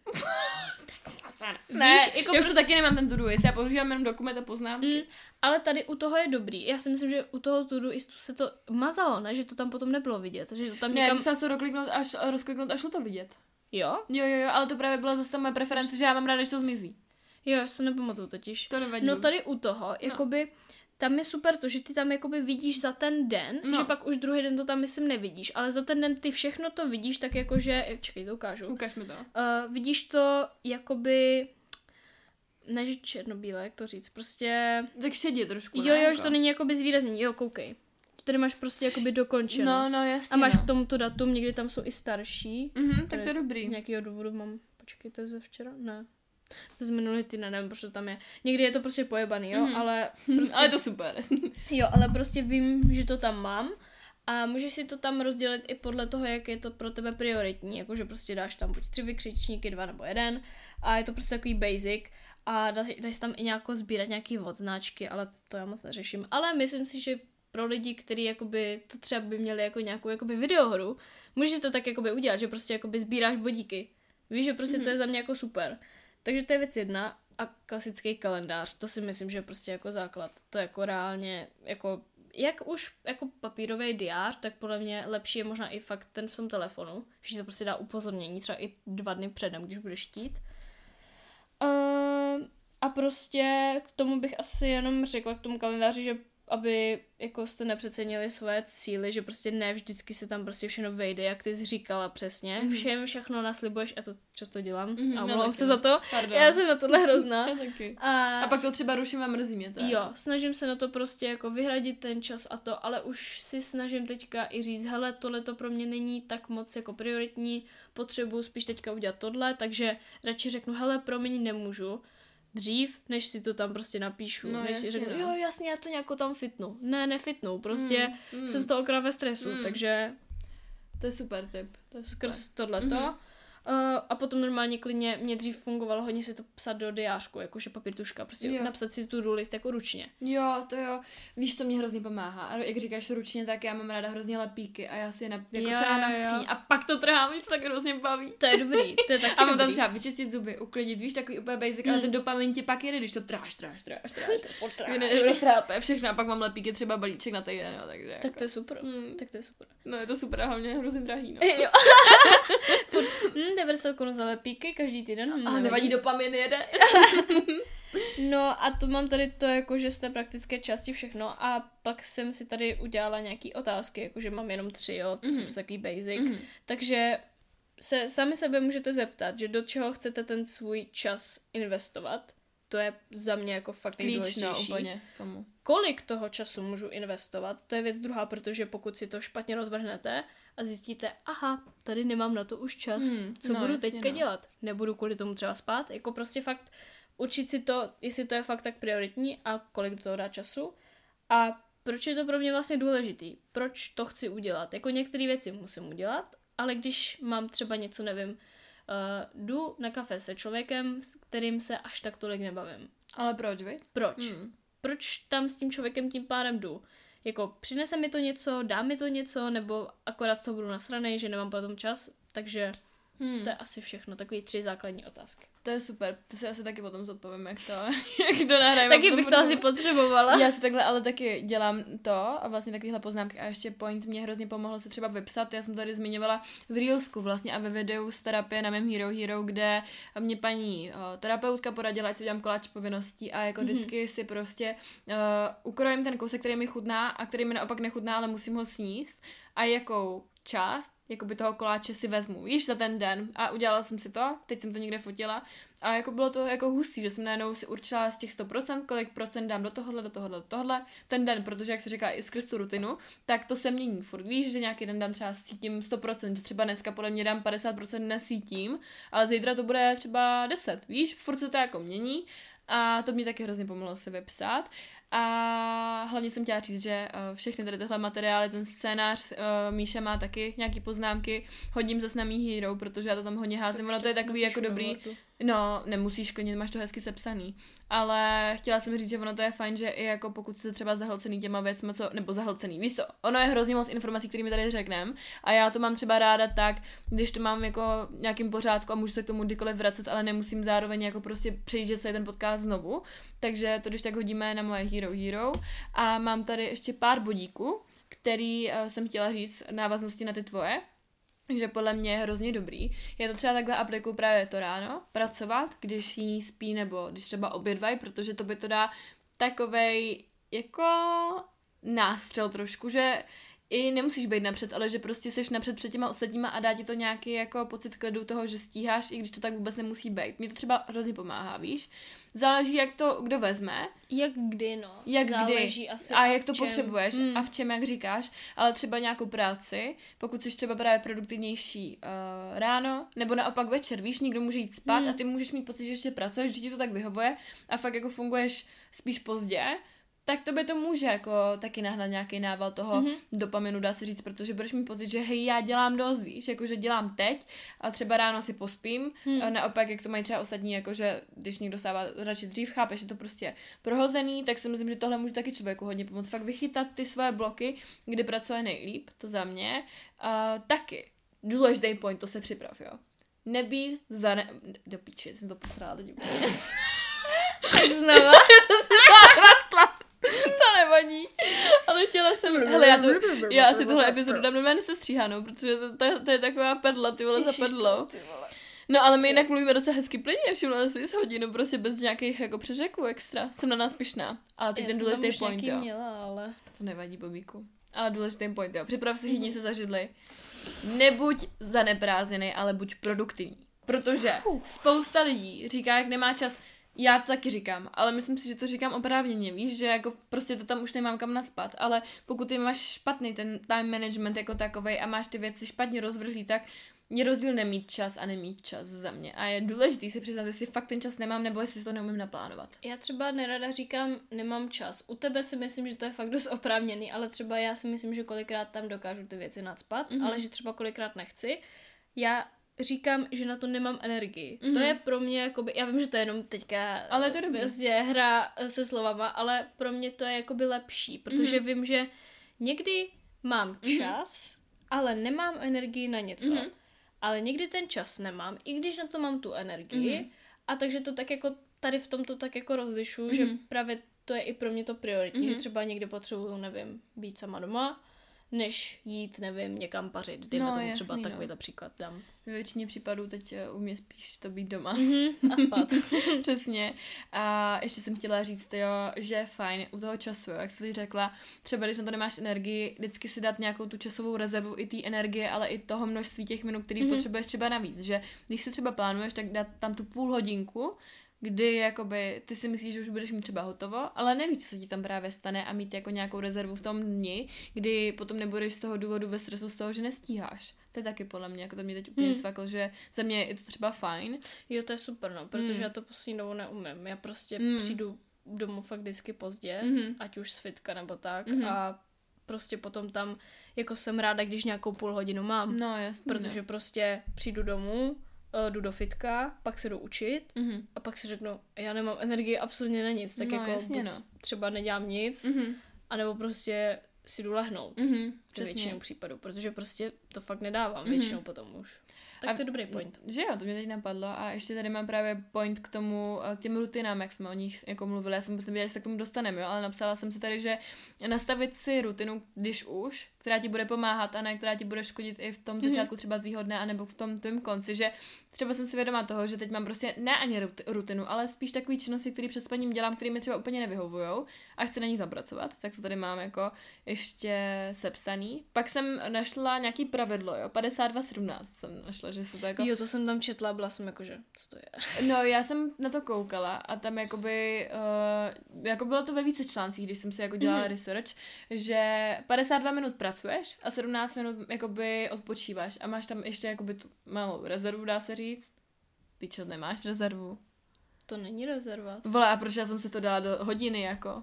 Ne, Víš, jako já už to prostě- taky nemám ten to-doist, já používám jenom dokument a poznámky. Mm, ale tady u toho je dobrý. Já si myslím, že u toho Todoistu se to mazalo, ne? Že to tam potom nebylo vidět. Takže to tam Ne, někam... musela jsem to dokliknout až, rozkliknout, až šlo to vidět. Jo? Jo, jo, jo, ale to právě byla zase ta moje preference, že já mám ráda, když to zmizí. Jo, já se nepamatuju totiž. To nevadí. No tady u toho, jakoby, tam je super to, že ty tam jakoby vidíš za ten den, No. že pak už druhý den to tam myslím nevidíš, ale za ten den ty všechno to vidíš tak jakože, čekej, to ukážu. Ukaž mi to. Uh, vidíš to jakoby, než černobílé, jak to říct, prostě... Tak šedě trošku, Jo, ne? jo, že to není jakoby zvýraznění, jo, koukej. Tady máš prostě jakoby dokončeno. No, no, jasně. A máš no. k tomuto datum, někdy tam jsou i starší. Mhm, tak Tady to je dobrý. Z nějakého důvodu mám, počkej, to je ze včera? Ne. To z minulý týden, nevím, proč to tam je. Někdy je to prostě pojebaný, jo, Mhm. ale prostě... Ale je to super. Jo, ale prostě vím, že to tam mám a můžeš si to tam rozdělit i podle toho, jak je to pro tebe prioritní, jakože prostě dáš tam buď tři vykřičníky, dva nebo jeden a je to prostě takový basic a dáš, dáš tam i nějakou sbírat nějaký odznáčky, ale to já moc neřeším. Ale myslím si, že pro lidi, kteří jakoby to třeba by měli jako nějakou jakoby videohru, můžeš to tak jakoby udělat, že prostě jakoby sbíráš bodíky. Víš, že prostě mm-hmm. to je za mě jako super. Takže to je věc jedna a klasický kalendář, to si myslím, že prostě jako základ. To je jako reálně, jako, jak už jako papírový diář, tak podle mě lepší je možná i fakt ten v tom telefonu, že ti to prostě dá upozornění, třeba i dva dny předem, když budeš chtít. Uh, a prostě k tomu bych asi jenom řekla k tomu kalendáři, že aby jako jste nepřecenili svoje cíly, že prostě ne vždycky se tam prostě všechno vejde, jak ty jsi říkala přesně. Mm-hmm. Všem všechno naslibuješ a to často dělám. Mhm, a no omlouvám taky. se za to. Pardon. Já jsem na tohle hrozná. Já taky. A, A pak to třeba ruším a mrzí mě to. Jo, snažím se na to prostě jako vyhradit ten čas a to, ale už si snažím teďka i říct, hele, tohle to pro mě není tak moc jako prioritní, potřebuji spíš teďka udělat tohle, takže radši řeknu, hele, promiň, nemůžu. Dřív, než si to tam prostě napíšu, No, než jasně, si řeknu, no. jo, jasně, já to nějak tam fitnu. Ne, nefitnu, prostě Mm, mm. jsem z toho okrát ve stresu, Mm. takže To je super tip. To je super. skrz tohleto. Mhm. Uh, a potom normálně klidně, mě dřív fungovalo hodně si to psat do diářku, jakože papír tuška, prostě Jo. napsat si tu list jako ručně. Jo, to jo. Víš, co mě hrozně pomáhá. A jak říkáš ručně, tak já mám ráda hrozně lepíky a já si je na, jako Jo, třeba na jo, jo. skříň a pak to trhám, mě to tak hrozně baví. To je dobrý, to je taky A mám tam dobrý. třeba vyčistit zuby, uklidit, víš, takový úplně basic, Mm. ale ten dopamin ti pak jede, když to tráš, tráš, tráš, tráš. Potráš. Mě neroztrápe všechno a pak mám lepíky, třeba balíček na týden, jo, takže Tak jako. to je super, Mm. tak to je super. No je to super a hlavně hrozně drahý, no. Jo. Furt, hm, devadesát korun za lepíky každý týden. Hm, A nevadí, dopamin jede. No a to mám tady to jako, že z té praktické části všechno a pak jsem si tady udělala nějaký otázky, jakože mám jenom tři, jo, to Mhm. jsou takový basic. Mhm. Takže se sami sebe můžete zeptat, že do čeho chcete ten svůj čas investovat. To je za mě jako fakt Klíč, no, nejdůležitější. úplně tomu. Kolik toho času můžu investovat, to je věc druhá, protože pokud si to špatně rozvrhnete a zjistíte, aha, tady nemám na to už čas, Hmm, co no, budu jasně, teďka no. dělat? Nebudu kvůli tomu třeba spát, jako prostě fakt učit si to, jestli to je fakt tak prioritní a kolik do toho dá času. A proč je to pro mě vlastně důležitý? Proč to chci udělat? Jako některé věci musím udělat, ale když mám třeba něco, nevím, uh, jdu na kafe se člověkem, s kterým se až tak tolik nebavím. Ale proč, vy? Proč? Hmm. Proč tam s tím člověkem tím pádem jdu? Jako přinese mi to něco, dá mi to něco, nebo akorát to budu nasranej, že nemám potom čas, takže hmm. to je asi všechno, takový tři základní otázky. To je super, to si asi taky potom zodpovím, jak to, jak to nahrajeme. Taky bych to asi potřebovala. Já si takhle ale taky dělám to a vlastně takovýhle poznámky a ještě point mě hrozně pomohlo se třeba vypsat, já jsem tady zmiňovala v Reelsku vlastně a ve videu z terapie na mém Hero Hero, kde mě paní uh, terapeutka poradila, ať si dělám koláč povinností a jako mm-hmm. vždycky si prostě uh, ukrojím ten kousek, který mi chutná a který mi naopak nechutná, ale musím ho sníst a jakou část jakoby toho koláče si vezmu, víš, za ten den. A udělala jsem si to, teď jsem to někde fotila a jako bylo to jako hustý, že jsem najednou si určila z těch sto procent, kolik procent dám do tohohle, do tohohle, do tohohle, ten den, protože jak jsi říkala i skrz tu rutinu, tak to se mění furt. Víš, že nějaký den dám třeba sítím sto procent, že třeba dneska podle mě dám padesát procent nesítím, ale zítra to bude třeba deset, víš, furt se to jako mění a to mě taky hrozně pomohlo se vypsat. A hlavně jsem chtěla říct, že všechny tady tyhle materiály, ten scénář, Míša má taky nějaký poznámky, hodím zase na mý Hero, protože já to tam hodně házím, ono to je takový jako dobrý, no nemusíš klidně, máš to hezky sepsaný, ale chtěla jsem říct, že ono to je fajn, že i jako pokud jste třeba zahlcený těma věcmi, co, nebo zahlcený, víš co, ono je hrozně moc informací, které mi tady řekneme a já to mám třeba ráda tak, když to mám jako nějakým pořádku a můžu se k tomu kdykoliv vracet, ale nemusím zároveň jako prostě přejít, že se ten podcast znovu, takže to když tak hodíme na moje Hero Hero a mám tady ještě pár bodíků, který uh, jsem chtěla říct návaznosti na ty tvoje, že podle mě je hrozně dobrý. Já to třeba takhle aplikuju právě to ráno, pracovat, když jiní spí nebo když třeba obědvají, protože to by to dá takovej jako nástřel trošku, že i nemusíš být napřed, ale že prostě seš napřed před těma ostatníma a dá ti to nějaký jako pocit klidu toho, že stíháš, i když to tak vůbec nemusí být. Mně to třeba hrozně pomáhá, víš? Záleží, jak to kdo vezme. Jak kdy, no. Jak Záleží kdy. asi a jak to čem. potřebuješ hmm. a v čem, jak říkáš, ale třeba nějakou práci, pokud jsi třeba právě produktivnější uh, ráno, nebo naopak večer, víš, někdo může jít spát hmm. a ty můžeš mít pocit, že ještě pracuješ, že ti to tak vyhovuje a fakt jako funguješ spíš pozdě, tak to by to může jako taky nahnat nějaký nával toho mm-hmm. dopaminu, dá se říct, protože budeš mít pocit, že hej, já dělám dost, víš, jakože dělám teď a třeba ráno si pospím, mm. a naopak, jak to mají třeba ostatní, jakože když někdo stává radši dřív, chápeš, že to prostě prohozený, tak si myslím, že tohle může taky člověku hodně pomoct, fakt vychytat ty své bloky, kdy pracuje nejlíp, to za mě, a taky důležitý point, to se připrav, jo. Nebýt za ne... do píči, jsem to posrala teď úplně. Znova? To nevadí, ale chtěla jsem, hele, já, to, já asi tohle epizodu dám normálně sestříhanou, protože to, to, to je taková perla, ty vole, za perlou. No ale my jinak mluvíme docela hezky plně, všimla si s hodinu, prostě bez nějakých jako přeřeků extra. Jsem na nás pyšná, ale teď ten důležitý point, jo. Měla, ale... To nevadí, Bobíku. Ale důležitý point, jo. Připrav si chytnice za židli. Nebuď zaneprázdněnej, ale buď produktivní. Protože spousta lidí říká, jak nemá čas. Já to taky říkám, ale myslím si, že to říkám oprávněně, víš, že jako prostě to tam už nemám kam nacpat, ale pokud ty máš špatný ten time management jako takovej a máš ty věci špatně rozvrhlý, tak je rozdíl nemít čas a nemít čas za mě. A je důležitý si přiznat, jestli fakt ten čas nemám, nebo jestli to neumím naplánovat. Já třeba nerada říkám, nemám čas. U tebe si myslím, že to je fakt dost oprávněný, ale třeba já si myslím, že kolikrát tam dokážu ty věci nacpat, mm-hmm. ale že třeba kolikrát nechci. Já říkám, že na to nemám energii. Mm-hmm. To je pro mě, jakoby, já vím, že to je jenom teďka ale to je prostě hra se slovama, ale pro mě to je jakoby lepší, protože mm-hmm. vím, že někdy mám čas, mm-hmm. ale nemám energii na něco. Mm-hmm. Ale někdy ten čas nemám, i když na to mám tu energii. Mm-hmm. A takže to tak jako tady v tomto tak jako rozlišu, mm-hmm. že právě to je i pro mě to prioritní, mm-hmm. že třeba někdy potřebuju, nevím, být sama doma, než jít, nevím, někam pařit. Dejme no, tomu jasný, třeba no. takovýhle příklad dám. Ve většině případů teď u mě spíš to být doma. Mm-hmm, a spát. Přesně. A ještě jsem chtěla říct, jo, že je fajn u toho času, jo, jak jsi řekla, třeba když na to nemáš energii, vždycky si dát nějakou tu časovou rezervu i té energie, ale i toho množství těch minut, který mm-hmm. potřebuješ třeba navíc, že když si třeba plánuješ, tak dát tam tu půl hodinku, kdy jakoby ty si myslíš, že už budeš mít třeba hotovo, ale nevíš, co se ti tam právě stane a mít jako nějakou rezervu v tom dni, kdy potom nebudeš z toho důvodu ve stresu z toho, že nestíháš. To je taky podle mě, jako to mě teď úplně hmm. cvaklo, že za mě je to třeba fajn. Jo, to je super, no, protože hmm. já to poslední dobou neumím. Já prostě hmm. přijdu domů fakt vždycky pozdě, mm-hmm. ať už z fitka nebo tak mm-hmm. a prostě potom tam, jako jsem ráda, když nějakou půl hodinu mám. No jasně. Protože no. prostě přijdu domů, uh, jdu do fitka, pak se jdu učit mm-hmm. a pak si řeknu, já nemám energii absolutně na nic, tak no, jako jasně, buď no. třeba nedělám nic, mm-hmm. anebo prostě si jdu lehnout. Mm-hmm. Ve většinou případů, protože prostě to fakt nedávám mm-hmm. většinou potom už. Tak a, to je dobrý point. Že jo, to mě teď napadlo a ještě tady mám právě point k tomu, k těm rutinám, jak jsme o nich jako mluvili, já jsem prostě věděla, že se k tomu dostaneme, jo, ale napsala jsem si tady, že nastavit si rutinu, když už, která ti bude pomáhat a ne která ti bude škodit i v tom začátku třeba tvýho dne, anebo v tom tvém konci, že třeba jsem si vědomá toho, že teď mám prostě ne ani rutinu, ale spíš takový činnosti, které před spaním dělám, které mi třeba úplně nevyhovujou a chci na nich zapracovat, tak to tady mám jako ještě sepsaný. Pak jsem našla nějaký pravidlo, jo, padesát dva sedmnáct jsem našla, že se to jako... Jo, to jsem tam četla, byla jsem jako, že co to je. No, já jsem na to koukala a tam jakoby, uh, jako bylo to ve více článcích, když jsem si jako dělala mm-hmm. research, že padesát dva minut pracuješ a sedmnáct minut jakoby odpočíváš a máš tam ještě jakoby tu malou rezervu, dá se říct. Pičo, nemáš rezervu? To není rezerva. Vole, a proč já jsem se to dala do hodiny, jako?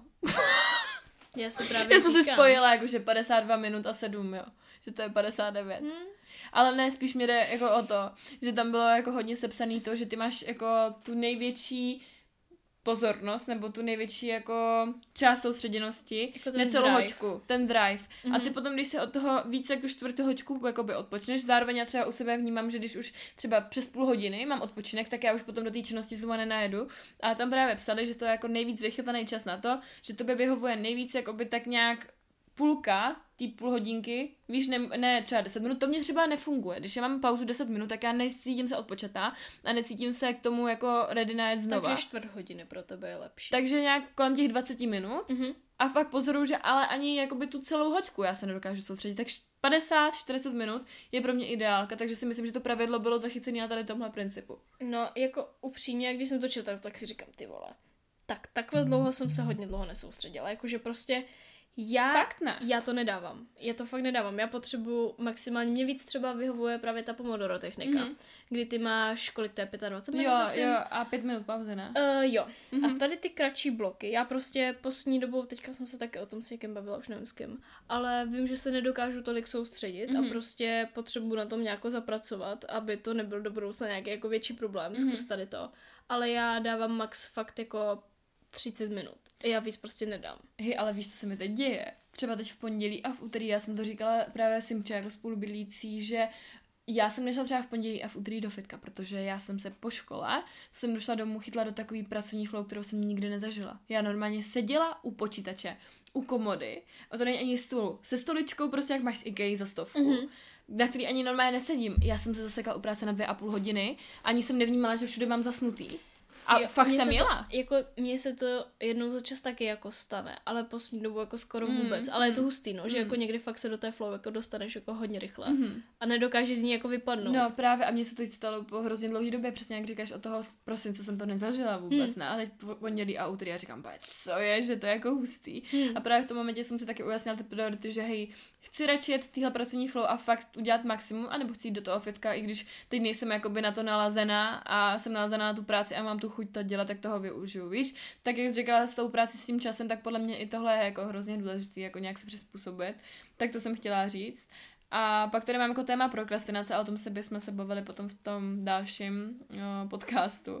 Já si právě Já jsem říkám. si spojila, jakože padesát dva minut a sedm, jo. Že to je padesát devět. Hmm. Ale ne, spíš mi jde jako o to, že tam bylo jako hodně sepsaný to, že ty máš jako tu největší pozornost, nebo tu největší jako část soustředěnosti, jako ne celou drive. hoďku, ten drive. Mm-hmm. A ty Mhm. potom, když se od toho více jak tu čtvrtou hoďku jakoby odpočneš, zároveň já třeba u sebe vnímám, že když už třeba přes půl hodiny mám odpočinek, tak já už potom do té činnosti znovu nenajedu. A tam právě psali, že to je jako nejvíc vychytaný čas na to, že tobě vyhovuje nejvíc jakoby tak nějak půlka té půl hodinky, víš, ne, ne třeba deset minut, to mě třeba nefunguje. Když já mám pauzu deset minut, tak já necítím se odpočatá a necítím se k tomu jako ready na jet znova. Takže čtvrt hodiny pro tebe je lepší. Takže nějak kolem těch dvacet minut Mhm. a fakt pozoruju, že ale ani jakoby tu celou hoďku já se nedokážu soustředit. Tak padesát čtyřicet minut je pro mě ideálka, takže si myslím, že to pravidlo bylo zachycené na tady tomhle principu. No, jako upřímně, když jsem to četla, tak si říkám, ty vole, tak takhle dlouho jsem se hodně dlouho nesoustředila, jakože prostě já, Fakt ne. já to nedávám. Já to fakt nedávám. Já potřebuji maximálně, mě víc třeba vyhovuje právě ta Pomodoro technika, Mhm. kdy ty máš, kolik to je, dvacet pět minut, Jo, myslím? jo, a pět minut pauzy, ne? Uh, jo. Mhm. A tady ty kratší bloky, já prostě poslední dobou, teďka jsem se taky o tom s někým bavila, už nevím s kým, ale vím, že se nedokážu tolik soustředit Mhm. a prostě potřebuji na tom nějak zapracovat, aby to nebyl do budoucna nějaký jako větší problém Mhm. skrz tady to. Ale já dávám max fakt jako třicet minut. Já víc prostě nedám. Hej, ale víš, co se mi teď děje? Třeba teď v pondělí a v úterý, já jsem to říkala právě Simče jako spolubydlící, že já jsem nešla třeba v pondělí a v úterý do fitka, protože já jsem se po škole, jsem došla domů, chytla do takový pracovní flow, kterou jsem nikdy nezažila. Já normálně seděla u počítače, u komody, a to není ani stůl, se stoličkou prostě jak máš z IKEA za stovku, Mhm. na který ani normálně nesedím. Já jsem se zasekla u práce na dvě a půl hodiny, ani jsem nevnímala, že všude mám zasnutý. A Jo, fakt mně jsem se jela. To, jako, mně se to jednou za čas taky jako stane, ale poslední dobu jako skoro Mm, vůbec. Ale je to mm, hustý, no, že mm. jako někdy fakt se do té flow jako dostaneš jako hodně rychle. Mhm. A nedokážeš z ní jako vypadnout. No právě a mně se to teď stalo po hrozně dlouhé době, přesně jak říkáš, od toho prosince jsem to nezažila vůbec, Hmm. ne? A teď po pondělí a úterý já říkám, "Pane, co je, že to je jako hustý." Hmm. A právě v tom momentě jsem si taky ujasnila ty priority, že hej, chci radši jet týhle pracovní flow a fakt udělat maximum, anebo chci jít do toho fitka, i když teď nejsem jakoby na to nalazená a jsem nalazená na tu práci a mám tu chuť to dělat, tak toho využiju, víš? Tak jak jsi říkala s tou práci s tím časem, tak podle mě i tohle je jako hrozně důležité, jako nějak se přizpůsobit. Tak to jsem chtěla říct. A pak tady mám jako téma prokrastinace a o tom se bychom se bavili potom v tom dalším jo, podcastu.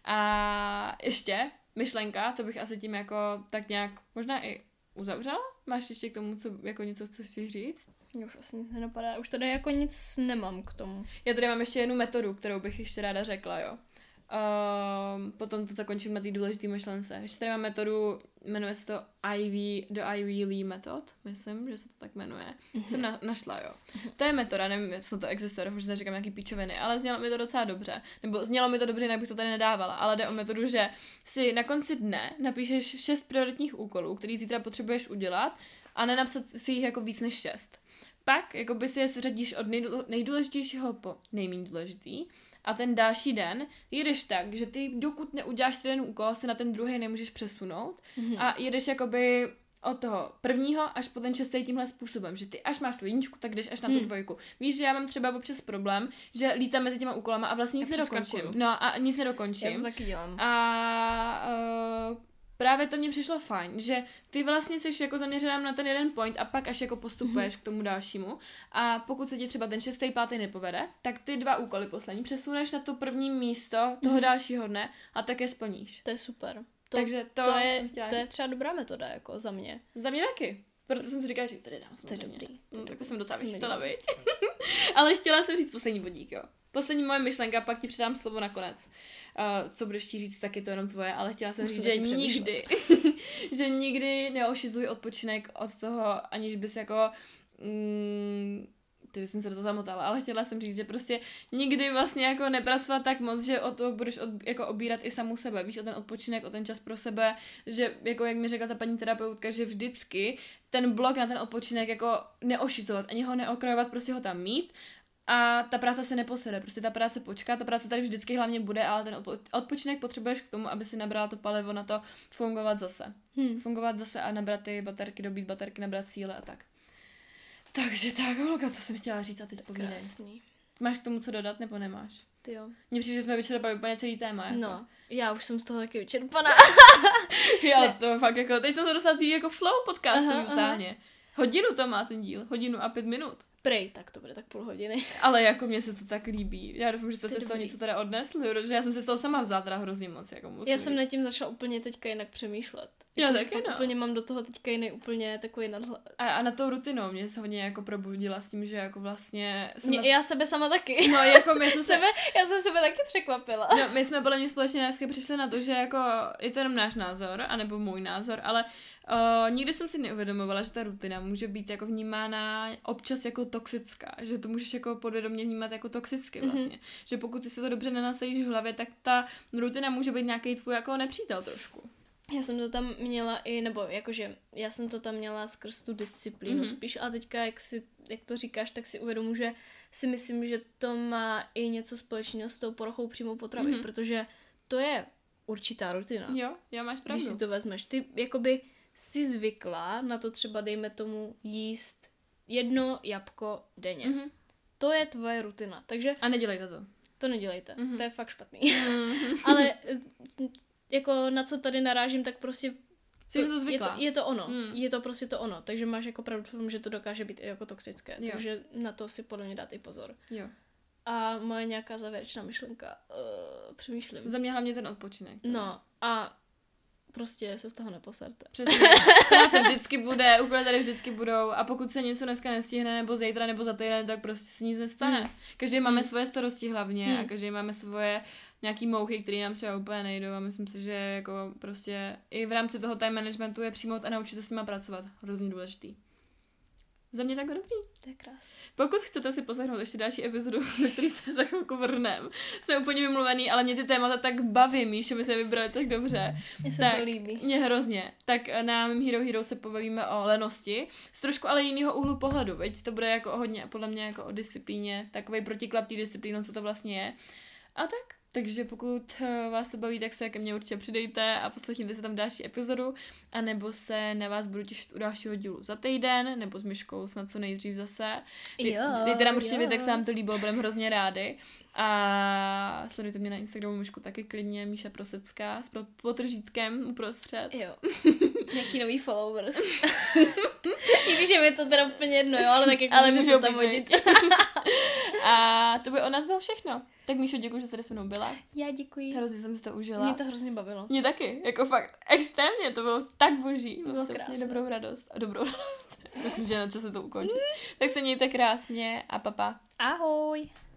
A ještě myšlenka, to bych asi tím jako tak nějak možná i uzavřela? Máš ještě k tomu co, jako něco, co chci říct? Mě už asi nic nenapadá. Už tady jako nic nemám k tomu. Já tady mám ještě jednu metodu, kterou bych ještě ráda řekla, jo. Um, potom to zakončím na té důležité myšlence. Ještě tady mám metodu, jmenuje se to I V, the I V Lee method, myslím, že se to tak jmenuje. Mm-hmm. Jsem na, našla, jo. To je metoda, nevím, jestli to existuje, možná říkám nějaký píčoviny, ale znělo mi to docela dobře. Nebo znělo mi to dobře, jinak bych to tady nedávala, ale jde o metodu, že si na konci dne napíšeš šest prioritních úkolů, který zítra potřebuješ udělat a nenapsat si jich jako víc než šest. Pak jakoby si je seřadíš od nejdůle, nejdůležitějšího po nejméně důležitý a ten další den jedeš tak, že ty dokud neuděláš ten úkol, se na ten druhý nemůžeš přesunout Mhm. a jedeš jakoby od toho prvního až po ten šestý tímhle způsobem, že ty až máš tu jedničku, tak jdeš až na tu Hmm. dvojku. Víš, že já mám třeba občas problém, že lítám mezi těma úkolama a vlastně nic Já nedokončím. přeskakuju. No a nic Já nedokončím. to taky dělám. A uh, právě to mně přišlo fajn, že ty vlastně jsi jako zaměřená na ten jeden point a pak až jako postupuješ mm-hmm. k tomu dalšímu a pokud se ti třeba ten šestý, pátý nepovede, tak ty dva úkoly poslední přesuneš na to první místo toho mm-hmm. dalšího dne a tak je splníš. To je super. To, Takže to, to, je, jsem to je třeba dobrá metoda, jako za mě. Za mě taky. Proto jsem si říkala, že tady dám samozřejmě. To je dobrý. No, tak to jsem docela vychytala, viď? Ale chtěla jsem říct poslední bodík, jo. Poslední moje myšlenka, pak ti předám slovo nakonec. Uh, co budeš ti říct, tak je to jenom tvoje, ale chtěla jsem Musím říct, že nikdy, že nikdy neošizuj odpočinek od toho, aniž bys jako... Mm, ty jsem se do toho zamotala, ale chtěla jsem říct, že prostě nikdy vlastně jako nepracovat tak moc, že o to budeš od, jako obírat i samu sebe, víš, o ten odpočinek, o ten čas pro sebe, že jako jak mi řekla ta paní terapeutka, že vždycky ten blok na ten odpočinek jako neošizovat, ani ho neokrajovat, prostě ho tam mít a ta práce se neposede, prostě ta práce počká, ta práce tady vždycky hlavně bude, ale ten odpočinek potřebuješ k tomu, aby si nabrala to palivo na to fungovat zase. Hmm. Fungovat zase a nabrat ty baterky, dobít baterky, nabrat cíle a tak. Takže tak, Holka, to jsem chtěla říct a teď povídej. Krásný. Máš k tomu co dodat, nebo nemáš? Ty jo. Mně přijde, že jsme vyčerpali úplně celý téma. Jako. No, já už jsem z toho taky vyčerpaná. Já to fakt jako, teď jsem se dostala tý jako flow podcastu totálně. Hodinu to má ten díl, hodinu a pět minut. Prej, tak to bude tak půl hodiny. Ale jako mně se to tak líbí. Já doufám, že jste Ty se z toho dobrý. něco teda odnesli, protože já jsem se z toho sama vzala teda hrozně moc. Jako musím Já jsem nad tím začala úplně teďka jinak přemýšlet. Já jako, taky, no. Úplně mám do toho teďka jiný úplně takový nadhled. A, a na tou rutinou mě se hodně jako probudila s tím, že jako vlastně... Mě, na... Já sebe sama taky. No jako my jsme se... sebe, já jsem sebe taky překvapila. No, my jsme podle mě společně dneska přišli na to, že jako je to jenom náš názor, anebo můj názor, ale uh, nikdy jsem si neuvědomovala, že ta rutina může být jako vnímána občas jako toxická, že to můžeš jako podvědomě vnímat jako toxicky vlastně. Mm-hmm. Že pokud ty si to dobře nenasadíš v hlavě, tak ta rutina může být nějaký tvůj jako nepřítel trošku. Já jsem to tam měla i, nebo jakože, já jsem to tam měla skrz tu disciplínu mm-hmm. spíš, ale teďka, jak, si, jak to říkáš, tak si uvědomuji, že si myslím, že to má i něco společného s tou poruchou příjmu potravy, mm-hmm. protože to je určitá rutina. Jo, já máš pravdu. Když si to vezmeš, ty jakoby si zvykla na to třeba, dejme tomu, jíst jedno jabko denně. Mm-hmm. To je tvoje rutina, takže... A nedělejte to. To nedělejte, mm-hmm. to je fakt špatný. Mm-hmm. Ale jako na co tady narážím, tak prostě to, to je, to, je to ono. Mm. Je to prostě to ono. Takže máš jako pravdu v tom, že to dokáže být i jako toxické. Jo. Takže na to si podle mě dát i pozor. Jo. A moje nějaká závěrečná myšlenka. Uh, přemýšlím. Za mě hlavně ten odpočinek. Teda. No a prostě se z toho neposerte. Přesně. Práce vždycky bude, úkoly tady vždycky budou a pokud se něco dneska nestihne, nebo zítra, nebo za týden, tak prostě se nic nestane. Hmm. Každý máme hmm. svoje starosti hlavně hmm. a každý máme svoje nějaký mouchy, které nám třeba úplně nejdou a myslím si, že jako prostě i v rámci toho time managementu je přijmout a naučit se s nima pracovat. Hrozně důležitý. Za mě takhle dobrý. To je krásné. Pokud chcete si poslechnout ještě další epizodu, ve který se za chvilku vrnem, jsme úplně vymluvený, ale mě ty témata tak baví, Míšo, my se vybrali tak dobře. Mně se tak, to líbí. Mě hrozně. Tak na mým Hero Hero se pobavíme o lenosti, z trošku ale jiného úhlu pohledu, veď to bude jako hodně, podle mě jako o disciplíně, takovej protiklad té disciplínu, co to vlastně je. A tak. Takže pokud vás to baví, tak se ke mně určitě přidejte a poslechněte se tam další epizodu, a nebo se na vás budu těšit u dalšího dílu za týden, nebo s Myškou snad co nejdřív zase. Jo, Dejte nám určitě jo. vědět, jak se vám to líbilo, budeme hrozně rádi. A sledujte mě na Instagramu Myšku taky klidně, Míša Prosecká, s potržítkem uprostřed. Jo. Nějaký nový followers. I když je mi to teda úplně jedno, jo, ale tak jako ale můžu to tam hodit. A to by o nás bylo všechno. Tak Míšo, děkuji, že jste tady se mnou byla. Já děkuji. Hrozně jsem si to užila. Mě to hrozně bavilo. Mě taky, jako fakt extrémně, to bylo tak boží. Bylo krásné. Dobrou radost a dobrou radost. Myslím, že je na čase to ukončit. Tak se mějte krásně a papa. Ahoj.